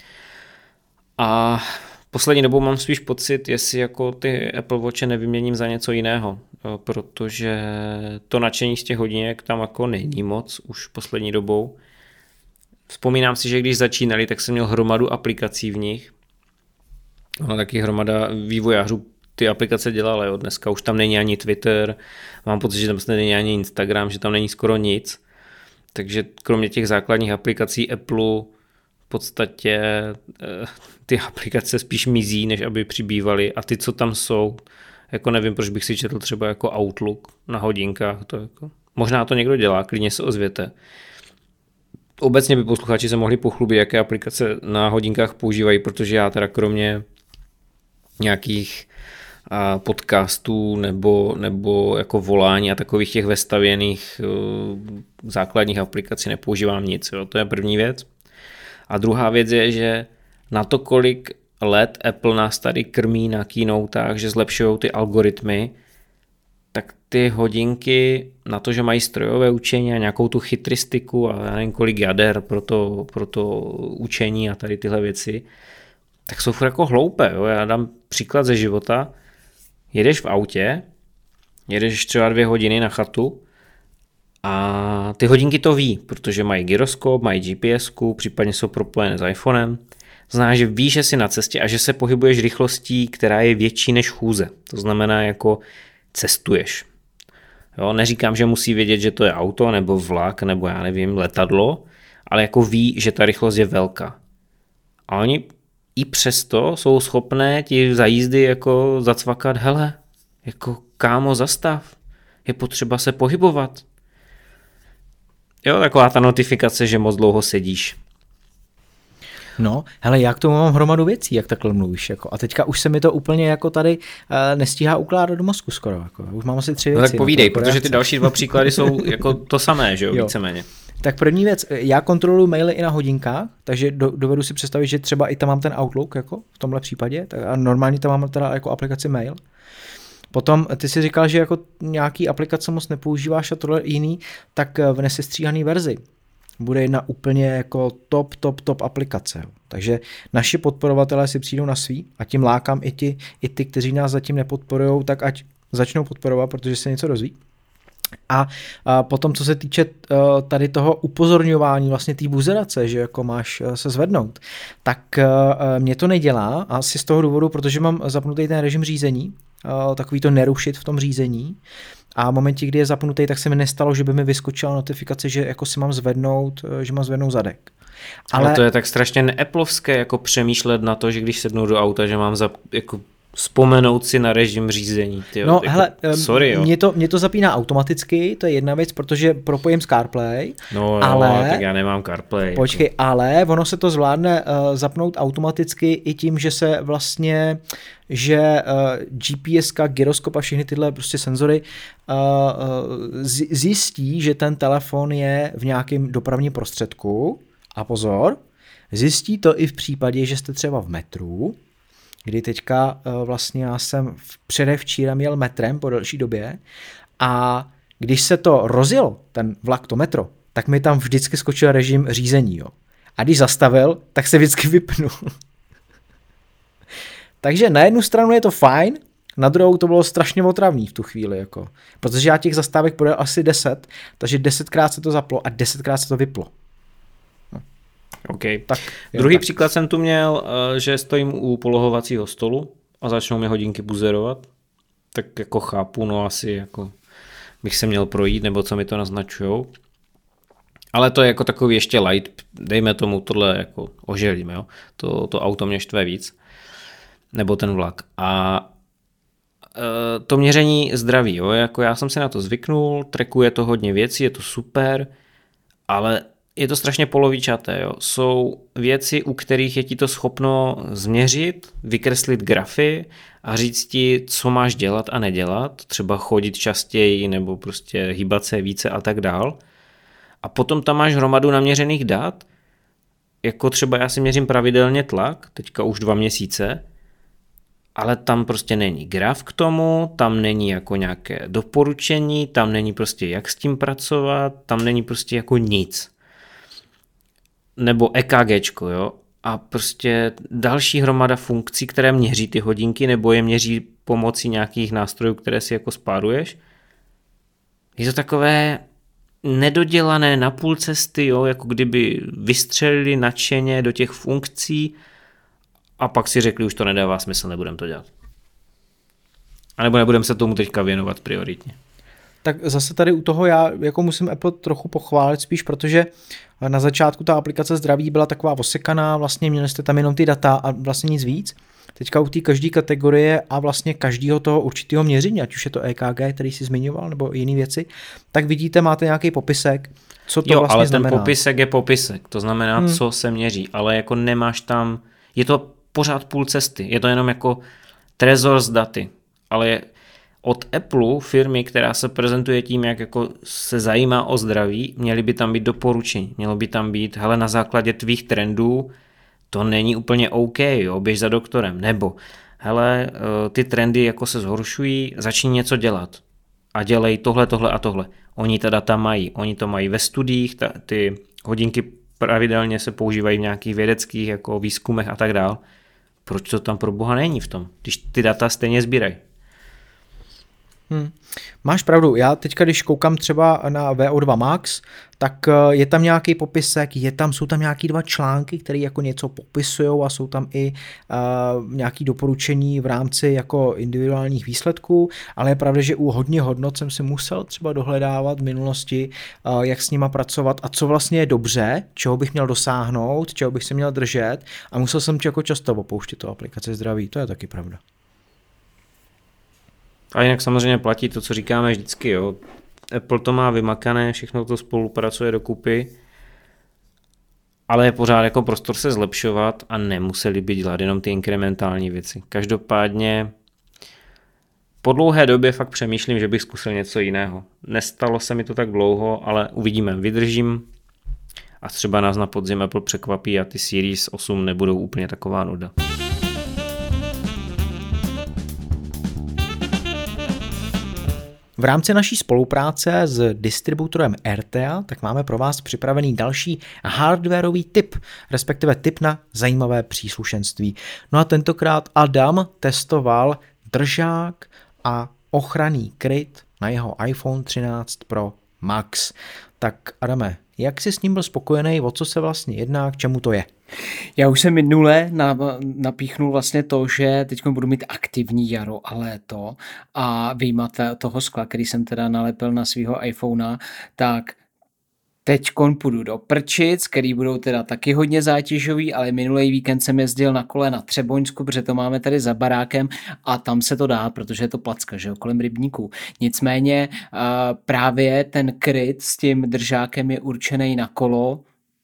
A poslední dobou mám spíš pocit, jestli jako ty Apple Watche nevyměním za něco jiného, protože to nadšení z těch hodinek tam jako není moc už poslední dobou. Vzpomínám si, že když začínali, tak jsem měl hromadu aplikací v nich. Ono taky hromada vývojářů ty aplikace dělala, jo. Dneska už tam není ani Twitter, mám pocit, že tam není ani Instagram, že tam není skoro nic. Takže kromě těch základních aplikací Apple v podstatě ty aplikace spíš mizí, než aby přibývaly a ty, co tam jsou, jako nevím, proč bych si četl třeba jako Outlook na hodinkách, to jako, možná to někdo dělá, klidně se ozvěte. Obecně by posluchači se mohli pochlubit, jaké aplikace na hodinkách používají, protože já teda kromě nějakých a podcastů nebo, nebo jako volání a takových těch vestavěných uh, základních aplikací nepoužívám nic. Jo. To je první věc. A druhá věc je, že na to, kolik let Apple nás tady krmí na keynotách, že zlepšují ty algoritmy, tak ty hodinky na to, že mají strojové učení a nějakou tu chytristiku a já nevím kolik jader pro to, pro to učení a tady tyhle věci, tak jsou furt jako hloupé. Jo. Já dám příklad ze života. Jedeš v autě, jedeš třeba dvě hodiny na chatu a ty hodinky to ví, protože mají gyroskop, mají G P S ku, případně jsou propojené s iPhonem. To znamená, že víš, že jsi na cestě a že se pohybuješ rychlostí, která je větší než chůze. To znamená, jako cestuješ. Jo, neříkám, že musí vědět, že to je auto, nebo vlak, nebo já nevím, letadlo, ale jako ví, že ta rychlost je velká. A oni i přesto jsou schopné ti za jízdy jako zacvakat, hele, jako kámo, zastav, je potřeba se pohybovat. Jo, taková ta notifikace, že moc dlouho sedíš. No, hele, já k tomu mám hromadu věcí, jak takhle mluvíš, jako, a teďka už se mi to úplně jako tady uh, nestíhá ukládat do mozku skoro, jako, už mám asi tři věci. No tak povídej, no, protože ty další dva příklady jsou jako to samé, že jo, jo. Víceméně. Tak první věc, já kontroluji maily i na hodinkách, takže do, dovedu si představit, že třeba i tam mám ten Outlook, jako v tomhle případě, tak a normálně tam mám teda jako aplikaci mail. Potom ty si říkal, že jako nějaký aplikace moc nepoužíváš a tohle jiný, tak v nesestříhaný verzi bude jedna úplně jako top, top, top aplikace. Takže naši podporovatelé si přijdou na svý a tím lákám i, ti, i ty, kteří nás zatím nepodporujou, tak ať začnou podporovat, protože se něco dozví. A, a potom, co se týče uh, tady toho upozorňování vlastně té buzerace, že jako máš uh, se zvednout, tak uh, mě to nedělá asi z toho důvodu, protože mám zapnutý ten režim řízení, uh, takový to nerušit v tom řízení a v momentě, kdy je zapnutý, tak se mi nestalo, že by mi vyskočila notifikace, že jako si mám zvednout, uh, že mám zvednout zadek. Ale, Ale to je tak strašně neaplovské, jako přemýšlet na to, že když sednu do auta, že mám za, jako vzpomenout si na režim řízení. Tyjo, no jako, hele, sorry, jo. Mě, to, mě to zapíná automaticky, to je jedna věc, protože propojím s CarPlay. No, ale, no tak já nemám CarPlay. Počkej, jako. ale ono se to zvládne uh, zapnout automaticky i tím, že se vlastně, že uh, G P S ka, gyroskop a všechny tyhle prostě senzory uh, uh, zjistí, že ten telefon je v nějakém dopravním prostředku a pozor, zjistí to i v případě, že jste třeba v metru, kdy teďka vlastně já jsem předevčírem jel metrem po delší době a když se to rozjelo, ten vlak, to metro, tak mi tam vždycky skočil režim řízení. Jo. A když zastavil, tak se vždycky vypnul. Takže na jednu stranu je to fajn, na druhou to bylo strašně otravný v tu chvíli. Jako. Protože já těch zastávek podal asi deset, takže desetkrát se to zaplo a desetkrát se to vyplo. OK. Tak, Druhý tak. příklad jsem tu měl, že stojím u polohovacího stolu a začnou mě hodinky buzerovat. Tak jako chápu, no asi jako bych se měl projít, nebo co mi to naznačujou. Ale to je jako takový ještě light, dejme tomu tohle jako oželím, jo. To, to auto mě štve víc. Nebo ten vlak. A e, to měření zdraví, jo. Jako já jsem si na to zvyknul, trackuje to hodně věcí, je to super, ale je to strašně polovičaté. Jo. Jsou věci, u kterých je ti to schopno změřit, vykreslit grafy a říct ti, co máš dělat a nedělat, třeba chodit častěji nebo prostě hýbat se více a tak dál. A potom tam máš hromadu naměřených dat, jako třeba já si měřím pravidelně tlak, teďka už dva měsíce, ale tam prostě není graf k tomu, tam není jako nějaké doporučení, tam není prostě jak s tím pracovat, tam není prostě jako nic. Nebo EKGčko, jo, a prostě další hromada funkcí, které měří ty hodinky, nebo je měří pomocí nějakých nástrojů, které si jako spáruješ. Je to takové nedodělané na půl cesty, jo, jako kdyby vystřelili nadšeně do těch funkcí a pak si řekli, už to nedává smysl, nebudem to dělat. A nebo nebudem se tomu teďka věnovat prioritně. Tak zase tady u toho já jako musím Apple trochu pochválit spíš, protože na začátku ta aplikace zdraví byla taková osekaná, vlastně měli jste tam jenom ty data a vlastně nic víc. Teďka u té každé kategorie a vlastně každého toho určitého měření, ať už je to E K G, který jsi zmiňoval, nebo jiné věci, tak vidíte, máte nějaký popisek, co to jo, vlastně ale znamená. ten popisek je popisek, to znamená, hmm. co se měří, ale jako nemáš tam, je to pořád půl cesty, je to jenom jako trezor z daty, ale je od Apple, firmy, která se prezentuje tím, jak jako se zajímá o zdraví, měly by tam být doporučení. Mělo by tam být, hele, na základě tvých trendů to není úplně OK, jo, běž za doktorem. Nebo, hele, ty trendy jako se zhoršují, začni něco dělat. A dělej tohle, tohle a tohle. Oni ta data mají, oni to mají ve studiích, ta, ty hodinky pravidelně se používají v nějakých vědeckých jako výzkumech a tak dál. Proč to tam pro boha není v tom, když ty data stejně sbírají? Hmm. Máš pravdu, já teďka, když koukám třeba na V O dva Max, tak je tam nějaký popisek, je tam, jsou tam nějaký dva články, které jako něco popisují a jsou tam i uh, nějaké doporučení v rámci jako individuálních výsledků, ale je pravda, že u hodně hodnot jsem si musel třeba dohledávat v minulosti, uh, jak s nima pracovat a co vlastně je dobře, čeho bych měl dosáhnout, čeho bych se měl držet a musel jsem jako často opouštět tu aplikaci zdraví, to je taky pravda. A jinak samozřejmě platí to, co říkáme vždycky, jo. Apple to má vymakané, všechno to spolupracuje dokupy, ale je pořád jako prostor se zlepšovat a nemuseli by dělat jenom ty inkrementální věci. Každopádně po dlouhé době fakt přemýšlím, že bych zkusil něco jiného. Nestalo se mi to tak dlouho, ale uvidíme, vydržím A třeba nás na podzim Apple překvapí a ty Series osm nebudou úplně taková nuda. V rámci naší spolupráce s distributorem R T A tak máme pro vás připravený další hardwareový tip, respektive tip na zajímavé příslušenství. No a tentokrát Adam testoval držák a ochranný kryt na jeho iPhone třináct Pro Max. Tak Adame, jak jsi s ním byl spokojený, o co se vlastně jedná, k čemu to je? Já už jsem minule napíchnul vlastně to, že teď budu mít aktivní jaro a léto a vyjmat toho skla, který jsem teda nalepil na svého iPhonea, tak teďkon půjdu do Prčic, který budou teda taky hodně zátěžový, ale minulý víkend jsem jezdil na kole na Třeboňsku, protože to máme tady za barákem a tam se to dá, protože je to placka, že jo, kolem rybníků. Nicméně právě ten kryt s tím držákem je určený na kolo,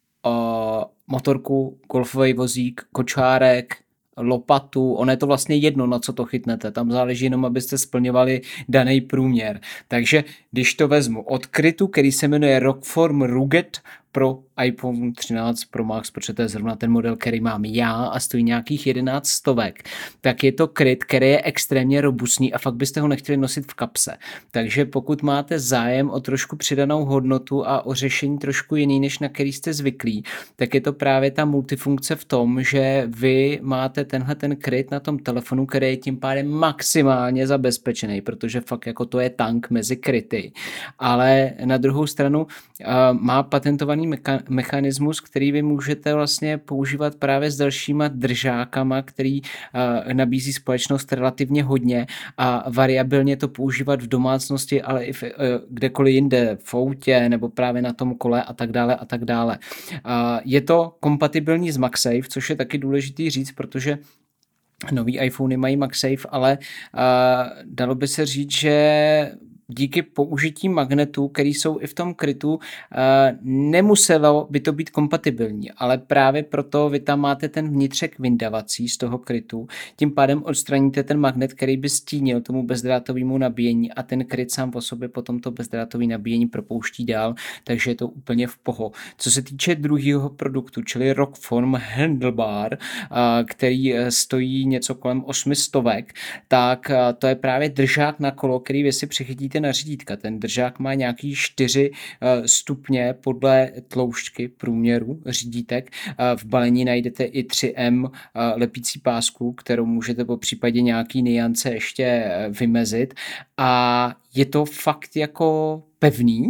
motorku, golfový vozík, kočárek, lopatu, ono je to vlastně jedno, na co to chytnete, tam záleží jenom, abyste splňovali daný průměr. Takže když to vezmu od krytu, který se jmenuje Rockform Rugged pro iPhone třináct Pro Max, protože to je zrovna ten model, který mám já a stojí nějakých jedenáct stovek, tak je to kryt, který je extrémně robustní a fakt byste ho nechtěli nosit v kapse. Takže pokud máte zájem o trošku přidanou hodnotu a o řešení trošku jiný, než na který jste zvyklí, tak je to právě ta multifunkce v tom, že vy máte tenhle ten kryt na tom telefonu, který je tím pádem maximálně zabezpečený, protože fakt jako to je tank mezi kryty. Ale na druhou stranu uh, má patentovaný meka- mechanismus, který vy můžete vlastně používat právě s dalšíma držákama, který uh, nabízí společnost relativně hodně a variabilně to používat v domácnosti, ale i v, uh, kdekoliv jinde, v autě nebo právě na tom kole a tak dále a tak dále. Uh, je to kompatibilní s MagSafe, což je taky důležitý říct, protože nový iPhony mají MagSafe, ale uh, dalo by se říct, že díky použití magnetů, které jsou i v tom krytu, nemuselo by to být kompatibilní, ale právě proto vy tam máte ten vnitřek vyndavací z toho krytu, tím pádem odstraníte ten magnet, který by stínil tomu bezdrátovému nabíjení a ten kryt sám po sobě potom to bezdrátové nabíjení propouští dál, takže je to úplně v poho. Co se týče druhého produktu, čili Rockform Handlebar, který stojí něco kolem osmi stovek, tak to je právě držák na kolo, který vy si přichytíte na řídítka. Ten držák má nějaký čtyři stupně podle tloušťky průměru řídítek. V balení najdete i tři em lepící pásku, kterou můžete po případě nějaký niance ještě vymezit. A je to fakt jako pevný,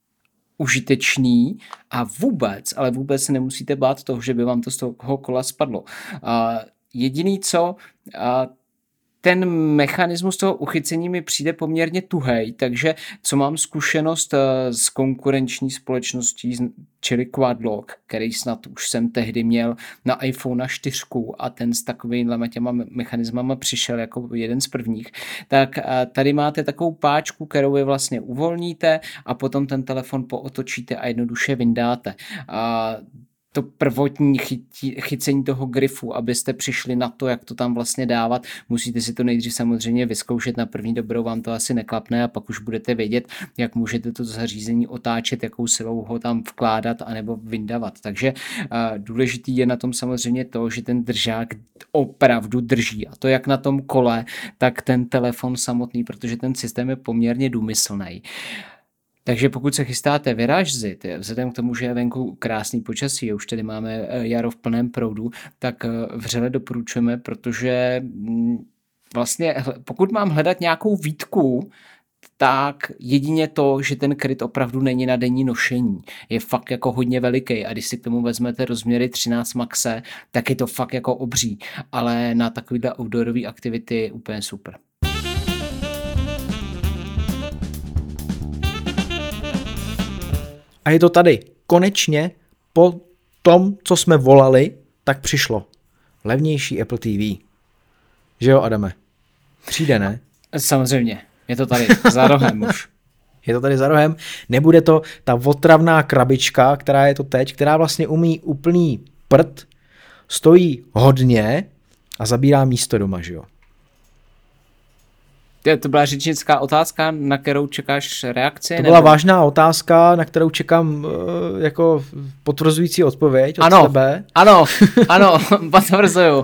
užitečný a vůbec, ale vůbec se nemusíte bát toho, že by vám to z toho kola spadlo. Jediný co, ten mechanismus toho uchycení mi přijde poměrně tuhej, takže co mám zkušenost s konkurenční společností, čili Quadlock, který snad už jsem tehdy měl na iPhone čtyři a ten s takovými těma mechanismama přišel jako jeden z prvních, tak tady máte takovou páčku, kterou vy vlastně uvolníte a potom ten telefon pootočíte a jednoduše vyndáte. A to prvotní chytí, chycení toho grifu, abyste přišli na to, jak to tam vlastně dávat. Musíte si to nejdřív samozřejmě vyzkoušet, na první dobrou vám to asi neklapne a pak už budete vědět, jak můžete to zařízení otáčet, jakou silou ho tam vkládat anebo vyndavat. Takže uh, důležitý je na tom samozřejmě to, že ten držák opravdu drží. A to jak na tom kole, tak ten telefon samotný, protože ten systém je poměrně důmyslný. Takže pokud se chystáte vyrážet, vzhledem k tomu, že je venku krásný počasí, už tady máme jaro v plném proudu, tak vřele doporučujeme, protože vlastně pokud mám hledat nějakou výtku, tak jedině to, že ten kryt opravdu není na denní nošení. Je fakt jako hodně veliký a když si k tomu vezmete rozměry třináct Maxe, tak je to fakt jako obří, ale na takovýhle outdoorové aktivity je úplně super. A je to tady. Konečně po tom, co jsme volali, tak přišlo. Levnější Apple T V. Že jo, Adame? Přijde, ne? Samozřejmě. Je to tady za rohem už. Je to tady za rohem. Nebude to ta otravná krabička, která je to teď, která vlastně umí úplný prd, stojí hodně a zabírá místo doma, že jo? To byla řečnická otázka, na kterou čekáš reakci? To byla nebo? vážná otázka, na kterou čekám uh, jako potvrzující odpověď od ano, tebe. Ano, ano, potvrzuju.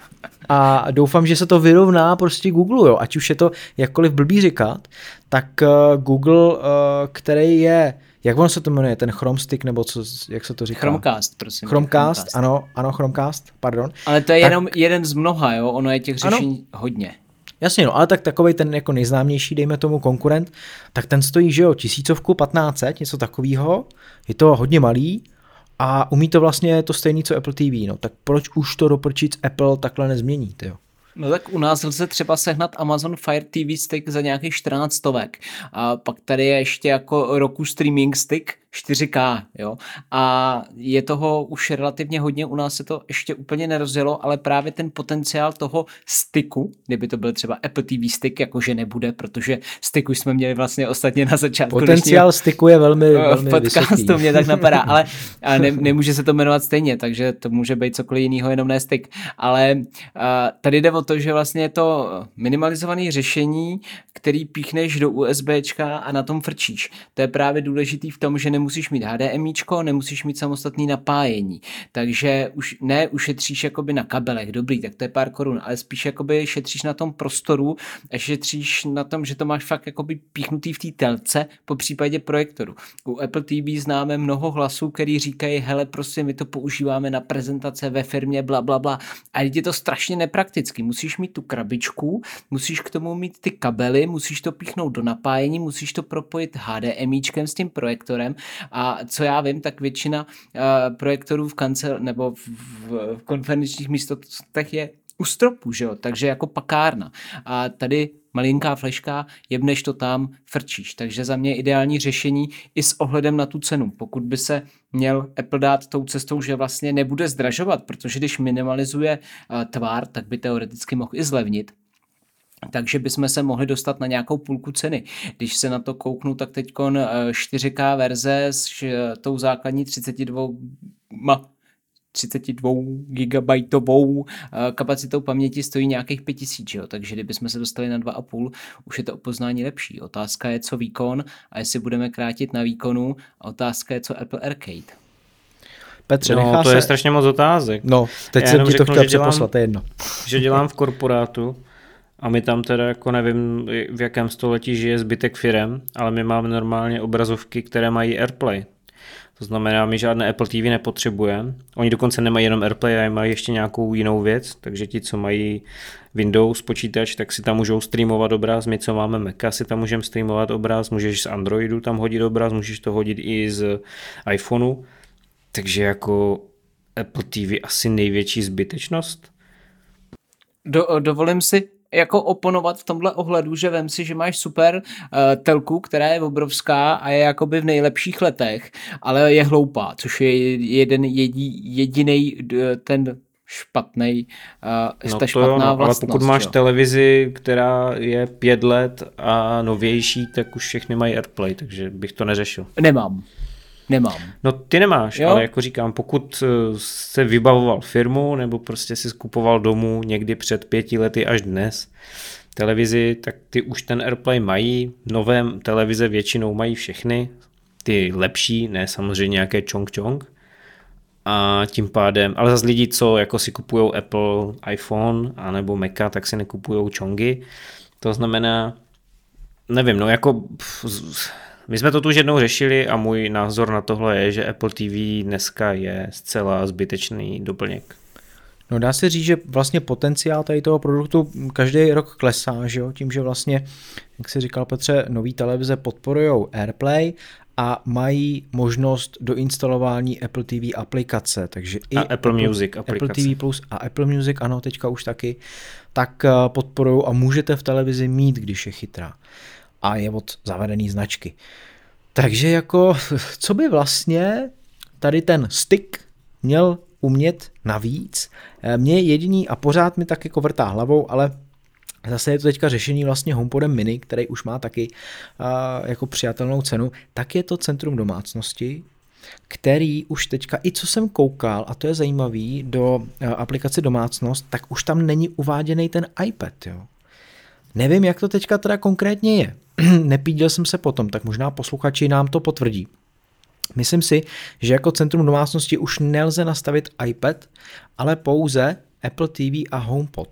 A doufám, že se to vyrovná prostě Google, jo. Ať už je to jakkoliv blbý říkat, tak uh, Google, uh, který je, jak ono se to jmenuje, ten Chrome Stick, nebo co, jak se to říká? Chromecast, prosím. Chromecast, Chromecast. ano, ano, Chromecast, pardon. Ale to je tak, jenom jeden z mnoha, jo, ono je těch řešení ano. hodně. Jasně, no, ale tak takovej ten jako nejznámější, dejme tomu konkurent, tak ten stojí, že jo, tisícovku, patnáct set, něco takového, je to hodně malý a umí to vlastně to stejný, co Apple T V, no, tak proč už to doprčit Apple takhle nezmění, tyjo? No tak u nás lze třeba sehnat Amazon Fire T V Stick za nějakých čtrnáct stovek. A pak tady je ještě jako Roku Streaming Stick čtyři ká, jo. A je toho už relativně hodně, u nás se to ještě úplně nerozjelo, ale právě ten potenciál toho sticku, kdyby to byl třeba Apple T V Stick, jakože nebude, protože stick už jsme měli vlastně ostatně na začátku. Potenciál sticku je velmi, velmi podcastu vysoký. Mě tak napadá, ale a ne, nemůže se to jmenovat stejně, takže to může být cokoliv jiného, jenom ne stick. Ale a, tady jde o to, že vlastně je to minimalizované řešení, který píchneš do USBčka a na tom frčíš. To je právě důležitý v tom, že nemusíš mít HDMIčko, nemusíš mít samostatný napájení. Takže už ne ušetříš jakoby na kabelech, dobrý, tak to je pár korun, ale spíš jakoby šetříš na tom prostoru a šetříš na tom, že to máš fakt jakoby píchnutý v té telce, po případě projektoru. U Apple T V známe mnoho hlasů, který říkají, hele, prostě my to používáme na prezentace ve firmě, bla, bla, bla. A je to strašně neprakticky. Musíš mít tu krabičku, musíš k tomu mít ty kabely, musíš to píchnout do napájení, musíš to propojit HDMIčkem s tím projektorem a co já vím, tak většina uh, projektorů v kancel nebo v, v, v konferenčních místech je u stropu, že jo, takže jako pakárna. A tady malinká fleška, jebneš to tam, frčíš. Takže za mě ideální řešení i s ohledem na tu cenu. Pokud by se měl Apple dát tou cestou, že vlastně nebude zdražovat, protože když minimalizuje uh, tvar, tak by teoreticky mohl i zlevnit. Takže bychom se mohli dostat na nějakou půlku ceny. Když se na to kouknu, tak teďkon čtyři ká verze s tou základní třicet dva třicet dva gigabajtovou kapacitou paměti stojí nějakých pět tisíc, jo? Takže kdybychom se dostali na dva a půl, už je to o poznání lepší. Otázka je, co výkon a jestli budeme krátit na výkonu a otázka je, co Apple Arcade. Petře, no, to se... je strašně moc otázek. No, teď Já jsem ti řeknu, to chtěl přeposlat, to je jedno. Že dělám v korporátu a my tam teda jako nevím, v jakém století žije zbytek firem, ale my máme normálně obrazovky, které mají AirPlay. To znamená, my žádné Apple T V nepotřebujeme. Oni dokonce nemají jenom AirPlay, ale mají ještě nějakou jinou věc, takže ti, co mají Windows počítač, tak si tam můžou streamovat obraz. My, co máme Maca, si tam můžeme streamovat obraz, můžeš z Androidu tam hodit obraz, můžeš to hodit i z iPhoneu. Takže jako Apple T V asi největší zbytečnost. Do, dovolím si jako oponovat v tomhle ohledu, že vem si, že máš super uh, telku, která je obrovská a je jakoby v nejlepších letech, ale je hloupá, což je jeden jediný ten špatnej, uh, no ta špatná jo, vlastnost. Ale pokud máš jo. televizi, která je pět let a novější, tak už všechny mají AirPlay, takže bych to neřešil. Nemám. Nemám. No ty nemáš, jo? Ale jako říkám, pokud se vybavoval firmu nebo prostě si skupoval domů někdy před pěti lety až dnes televizi, tak ty už ten AirPlay mají, nové televize většinou mají všechny, ty lepší, ne samozřejmě nějaké čong čong. A tím pádem, ale zase lidi, co jako si kupujou Apple iPhone anebo Maca, tak si nekupujou čongy. To znamená, nevím, no jako... My jsme to tu už jednou řešili a můj názor na tohle je, že Apple T V dneska je zcela zbytečný doplněk. No dá se říct, že vlastně potenciál tady toho produktu každý rok klesá, že jo? Tím, že vlastně, jak jsi říkal Petře, nový televize podporujou AirPlay a mají možnost doinstalování Apple T V aplikace, takže i a Apple, Apple Music Apple aplikace. T V Plus a Apple Music, ano, teďka už taky, tak podporují a můžete v televizi mít, když je chytrá. A je od zavedený značky. Takže jako, co by vlastně tady ten stick měl umět navíc? Mě jediný, a pořád mi tak jako vrtá hlavou, ale zase je to teďka řešení vlastně HomePodem mini, který už má taky uh, jako přijatelnou cenu, tak je to centrum domácnosti, který už teďka, i co jsem koukal, a to je zajímavý, do uh, aplikace domácnost, tak už tam není uváděný ten iPad, jo. Nevím, jak to teďka teda konkrétně je. Nepíděl jsem se potom, tak možná posluchači nám to potvrdí. Myslím si, že jako centrum domácnosti už nelze nastavit iPad, ale pouze Apple T V a HomePod.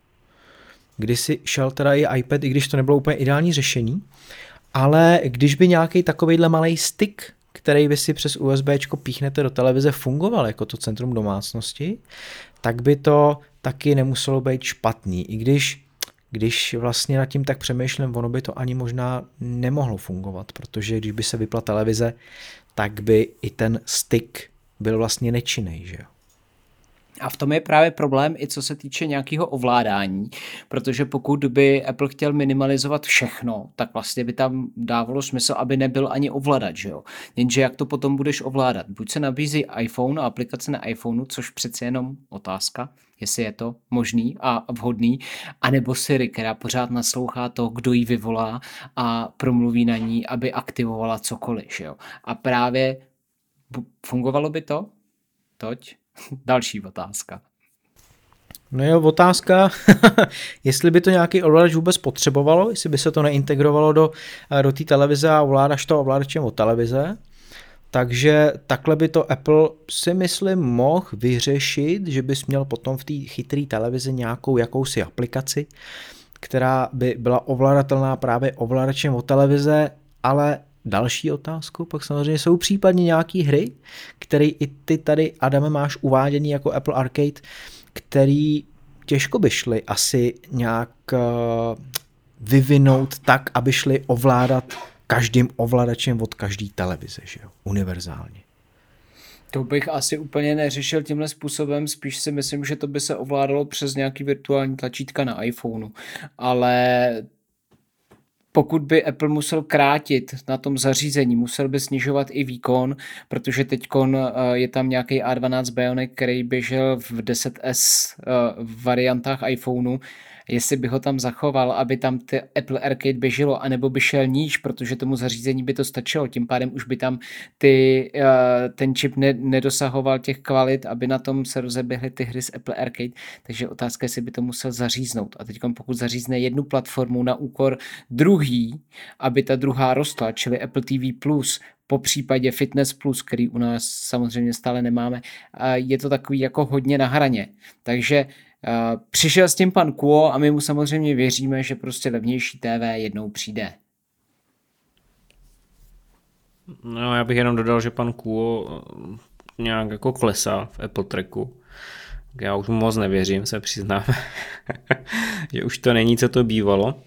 Kdysi šel teda i iPad, i když to nebylo úplně ideální řešení, ale když by nějaký takovejhle malej stick, který vy si přes USBčko píchnete do televize, fungoval jako to centrum domácnosti, tak by to taky nemuselo být špatný. I když, když vlastně nad tím tak přemýšlím, ono by to ani možná nemohlo fungovat, protože když by se vypla televize, tak by i ten stick byl vlastně nečinný, že jo. A v tom je právě problém i co se týče nějakého ovládání, protože pokud by Apple chtěl minimalizovat všechno, tak vlastně by tam dávalo smysl, aby nebyl ani ovladač, že jo. Jenže jak to potom budeš ovládat? Buď se nabízí iPhone a aplikace na iPhoneu, což přece jenom otázka, jestli je to možný a vhodný, anebo Siri, která pořád naslouchá to, kdo jí vyvolá a promluví na ní, aby aktivovala cokoliv, že jo. A právě fungovalo by to? Toť? Další otázka. No jo, otázka, jestli by to nějaký ovladač vůbec potřebovalo, jestli by se to neintegrovalo do, do té televize a ovládáš to ovladačem od televize. Takže takhle by to Apple si myslím mohl vyřešit, že bys měl potom v té chytré televizi nějakou jakousi aplikaci, která by byla ovladatelná právě ovladačem od televize, ale další otázku pak samozřejmě jsou případně nějaký hry, které i ty tady, Adame, máš uváděný jako Apple Arcade, který těžko by šly asi nějak vyvinout tak, aby šli ovládat každým ovladačem od každé televize, že jo, univerzálně. To bych asi úplně neřešil tímhle způsobem, spíš si myslím, že to by se ovládalo přes nějaký virtuální tlačítka na iPhoneu, ale pokud by Apple musel krátit na tom zařízení, musel by snižovat i výkon, protože teďkon je tam nějaký A dvanáct Bionic, který běžel v deset S variantách iPhoneu, jestli by ho tam zachoval, aby tam ty Apple Arcade běželo, anebo by šel níž, protože tomu zařízení by to stačilo, tím pádem už by tam ty, ten čip ne, nedosahoval těch kvalit, aby na tom se rozeběhly ty hry z Apple Arcade, takže otázka je, jestli by to musel zaříznout. A teď pokud zařízne jednu platformu na úkor druhý, aby ta druhá rostla, čili Apple T V Plus, po případě Fitness Plus, který u nás samozřejmě stále nemáme, je to takový jako hodně na hraně. Takže Uh, přišel s tím pan Kuo a my mu samozřejmě věříme, že prostě levnější T V jednou přijde. No, já bych jenom dodal, že pan Kuo nějak jako klesá v Apple Tracku. Já už mu moc nevěřím, se přiznám, že už to není, co to bývalo.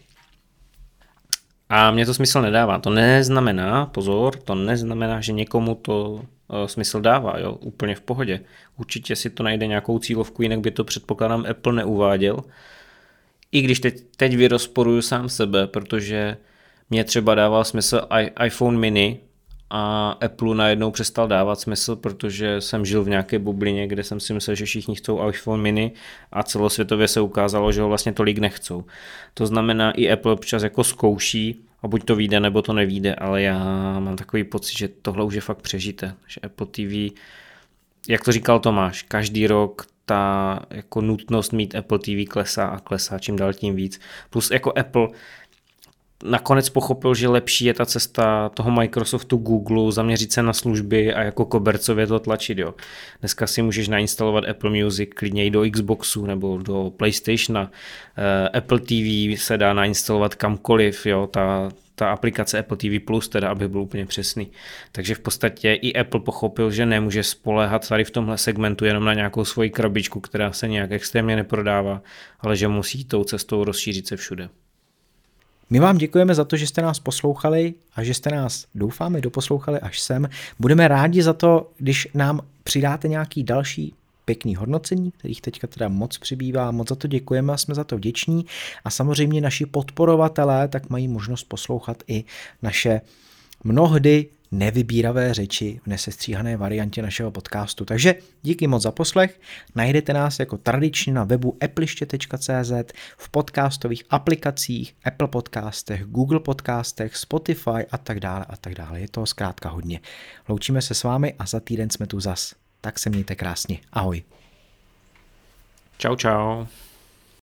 A mě to smysl nedává. To neznamená, pozor, to neznamená, že někomu to smysl dává, jo, úplně v pohodě. Určitě si to najde nějakou cílovku, jinak by to předpokládám Apple neuváděl. I když teď, teď vyrozporuju sám sebe, protože mě třeba dával smysl iPhone mini a Apple najednou přestal dávat smysl, protože jsem žil v nějaké bublině, kde jsem si myslel, že všichni chcou iPhone mini a celosvětově se ukázalo, že ho vlastně tolik nechcou. To znamená, i Apple občas jako zkouší, a buď to vyjde, nebo to nevyjde, ale já mám takový pocit, že tohle už je fakt přežité, že Apple T V, jak to říkal Tomáš, každý rok ta jako nutnost mít Apple T V klesá a klesá čím dál tím víc. Plus jako Apple nakonec pochopil, že lepší je ta cesta toho Microsoftu, Google, zaměřit se na služby a jako kobercově to tlačit. Jo. Dneska si můžeš nainstalovat Apple Music klidně i do Xboxu nebo do PlayStationa. Apple T V se dá nainstalovat kamkoliv, jo. Ta, ta aplikace Apple T V Plus, teda, aby byl úplně přesný. Takže v podstatě i Apple pochopil, že nemůže spoléhat tady v tomhle segmentu jenom na nějakou svoji krabičku, která se nějak extrémně neprodává, ale že musí tou cestou rozšířit se všude. My vám děkujeme za to, že jste nás poslouchali a že jste nás, doufáme, doposlouchali až sem. Budeme rádi za to, když nám přidáte nějaký další pěkný hodnocení, kterých teďka teda moc přibývá. Moc za to děkujeme a jsme za to vděční. A samozřejmě naši podporovatelé tak mají možnost poslouchat i naše mnohdy nevybíravé řeči v nesestříhané variantě našeho podcastu. Takže díky moc za poslech. Najdete nás jako tradičně na webu appliště tečka cé zet, v podcastových aplikacích, Apple podcastech, Google podcastech, Spotify a tak dále a tak dále. Je toho zkrátka hodně. Loučíme se s vámi a za týden jsme tu zas. Tak se mějte krásně. Ahoj. Čau, čau.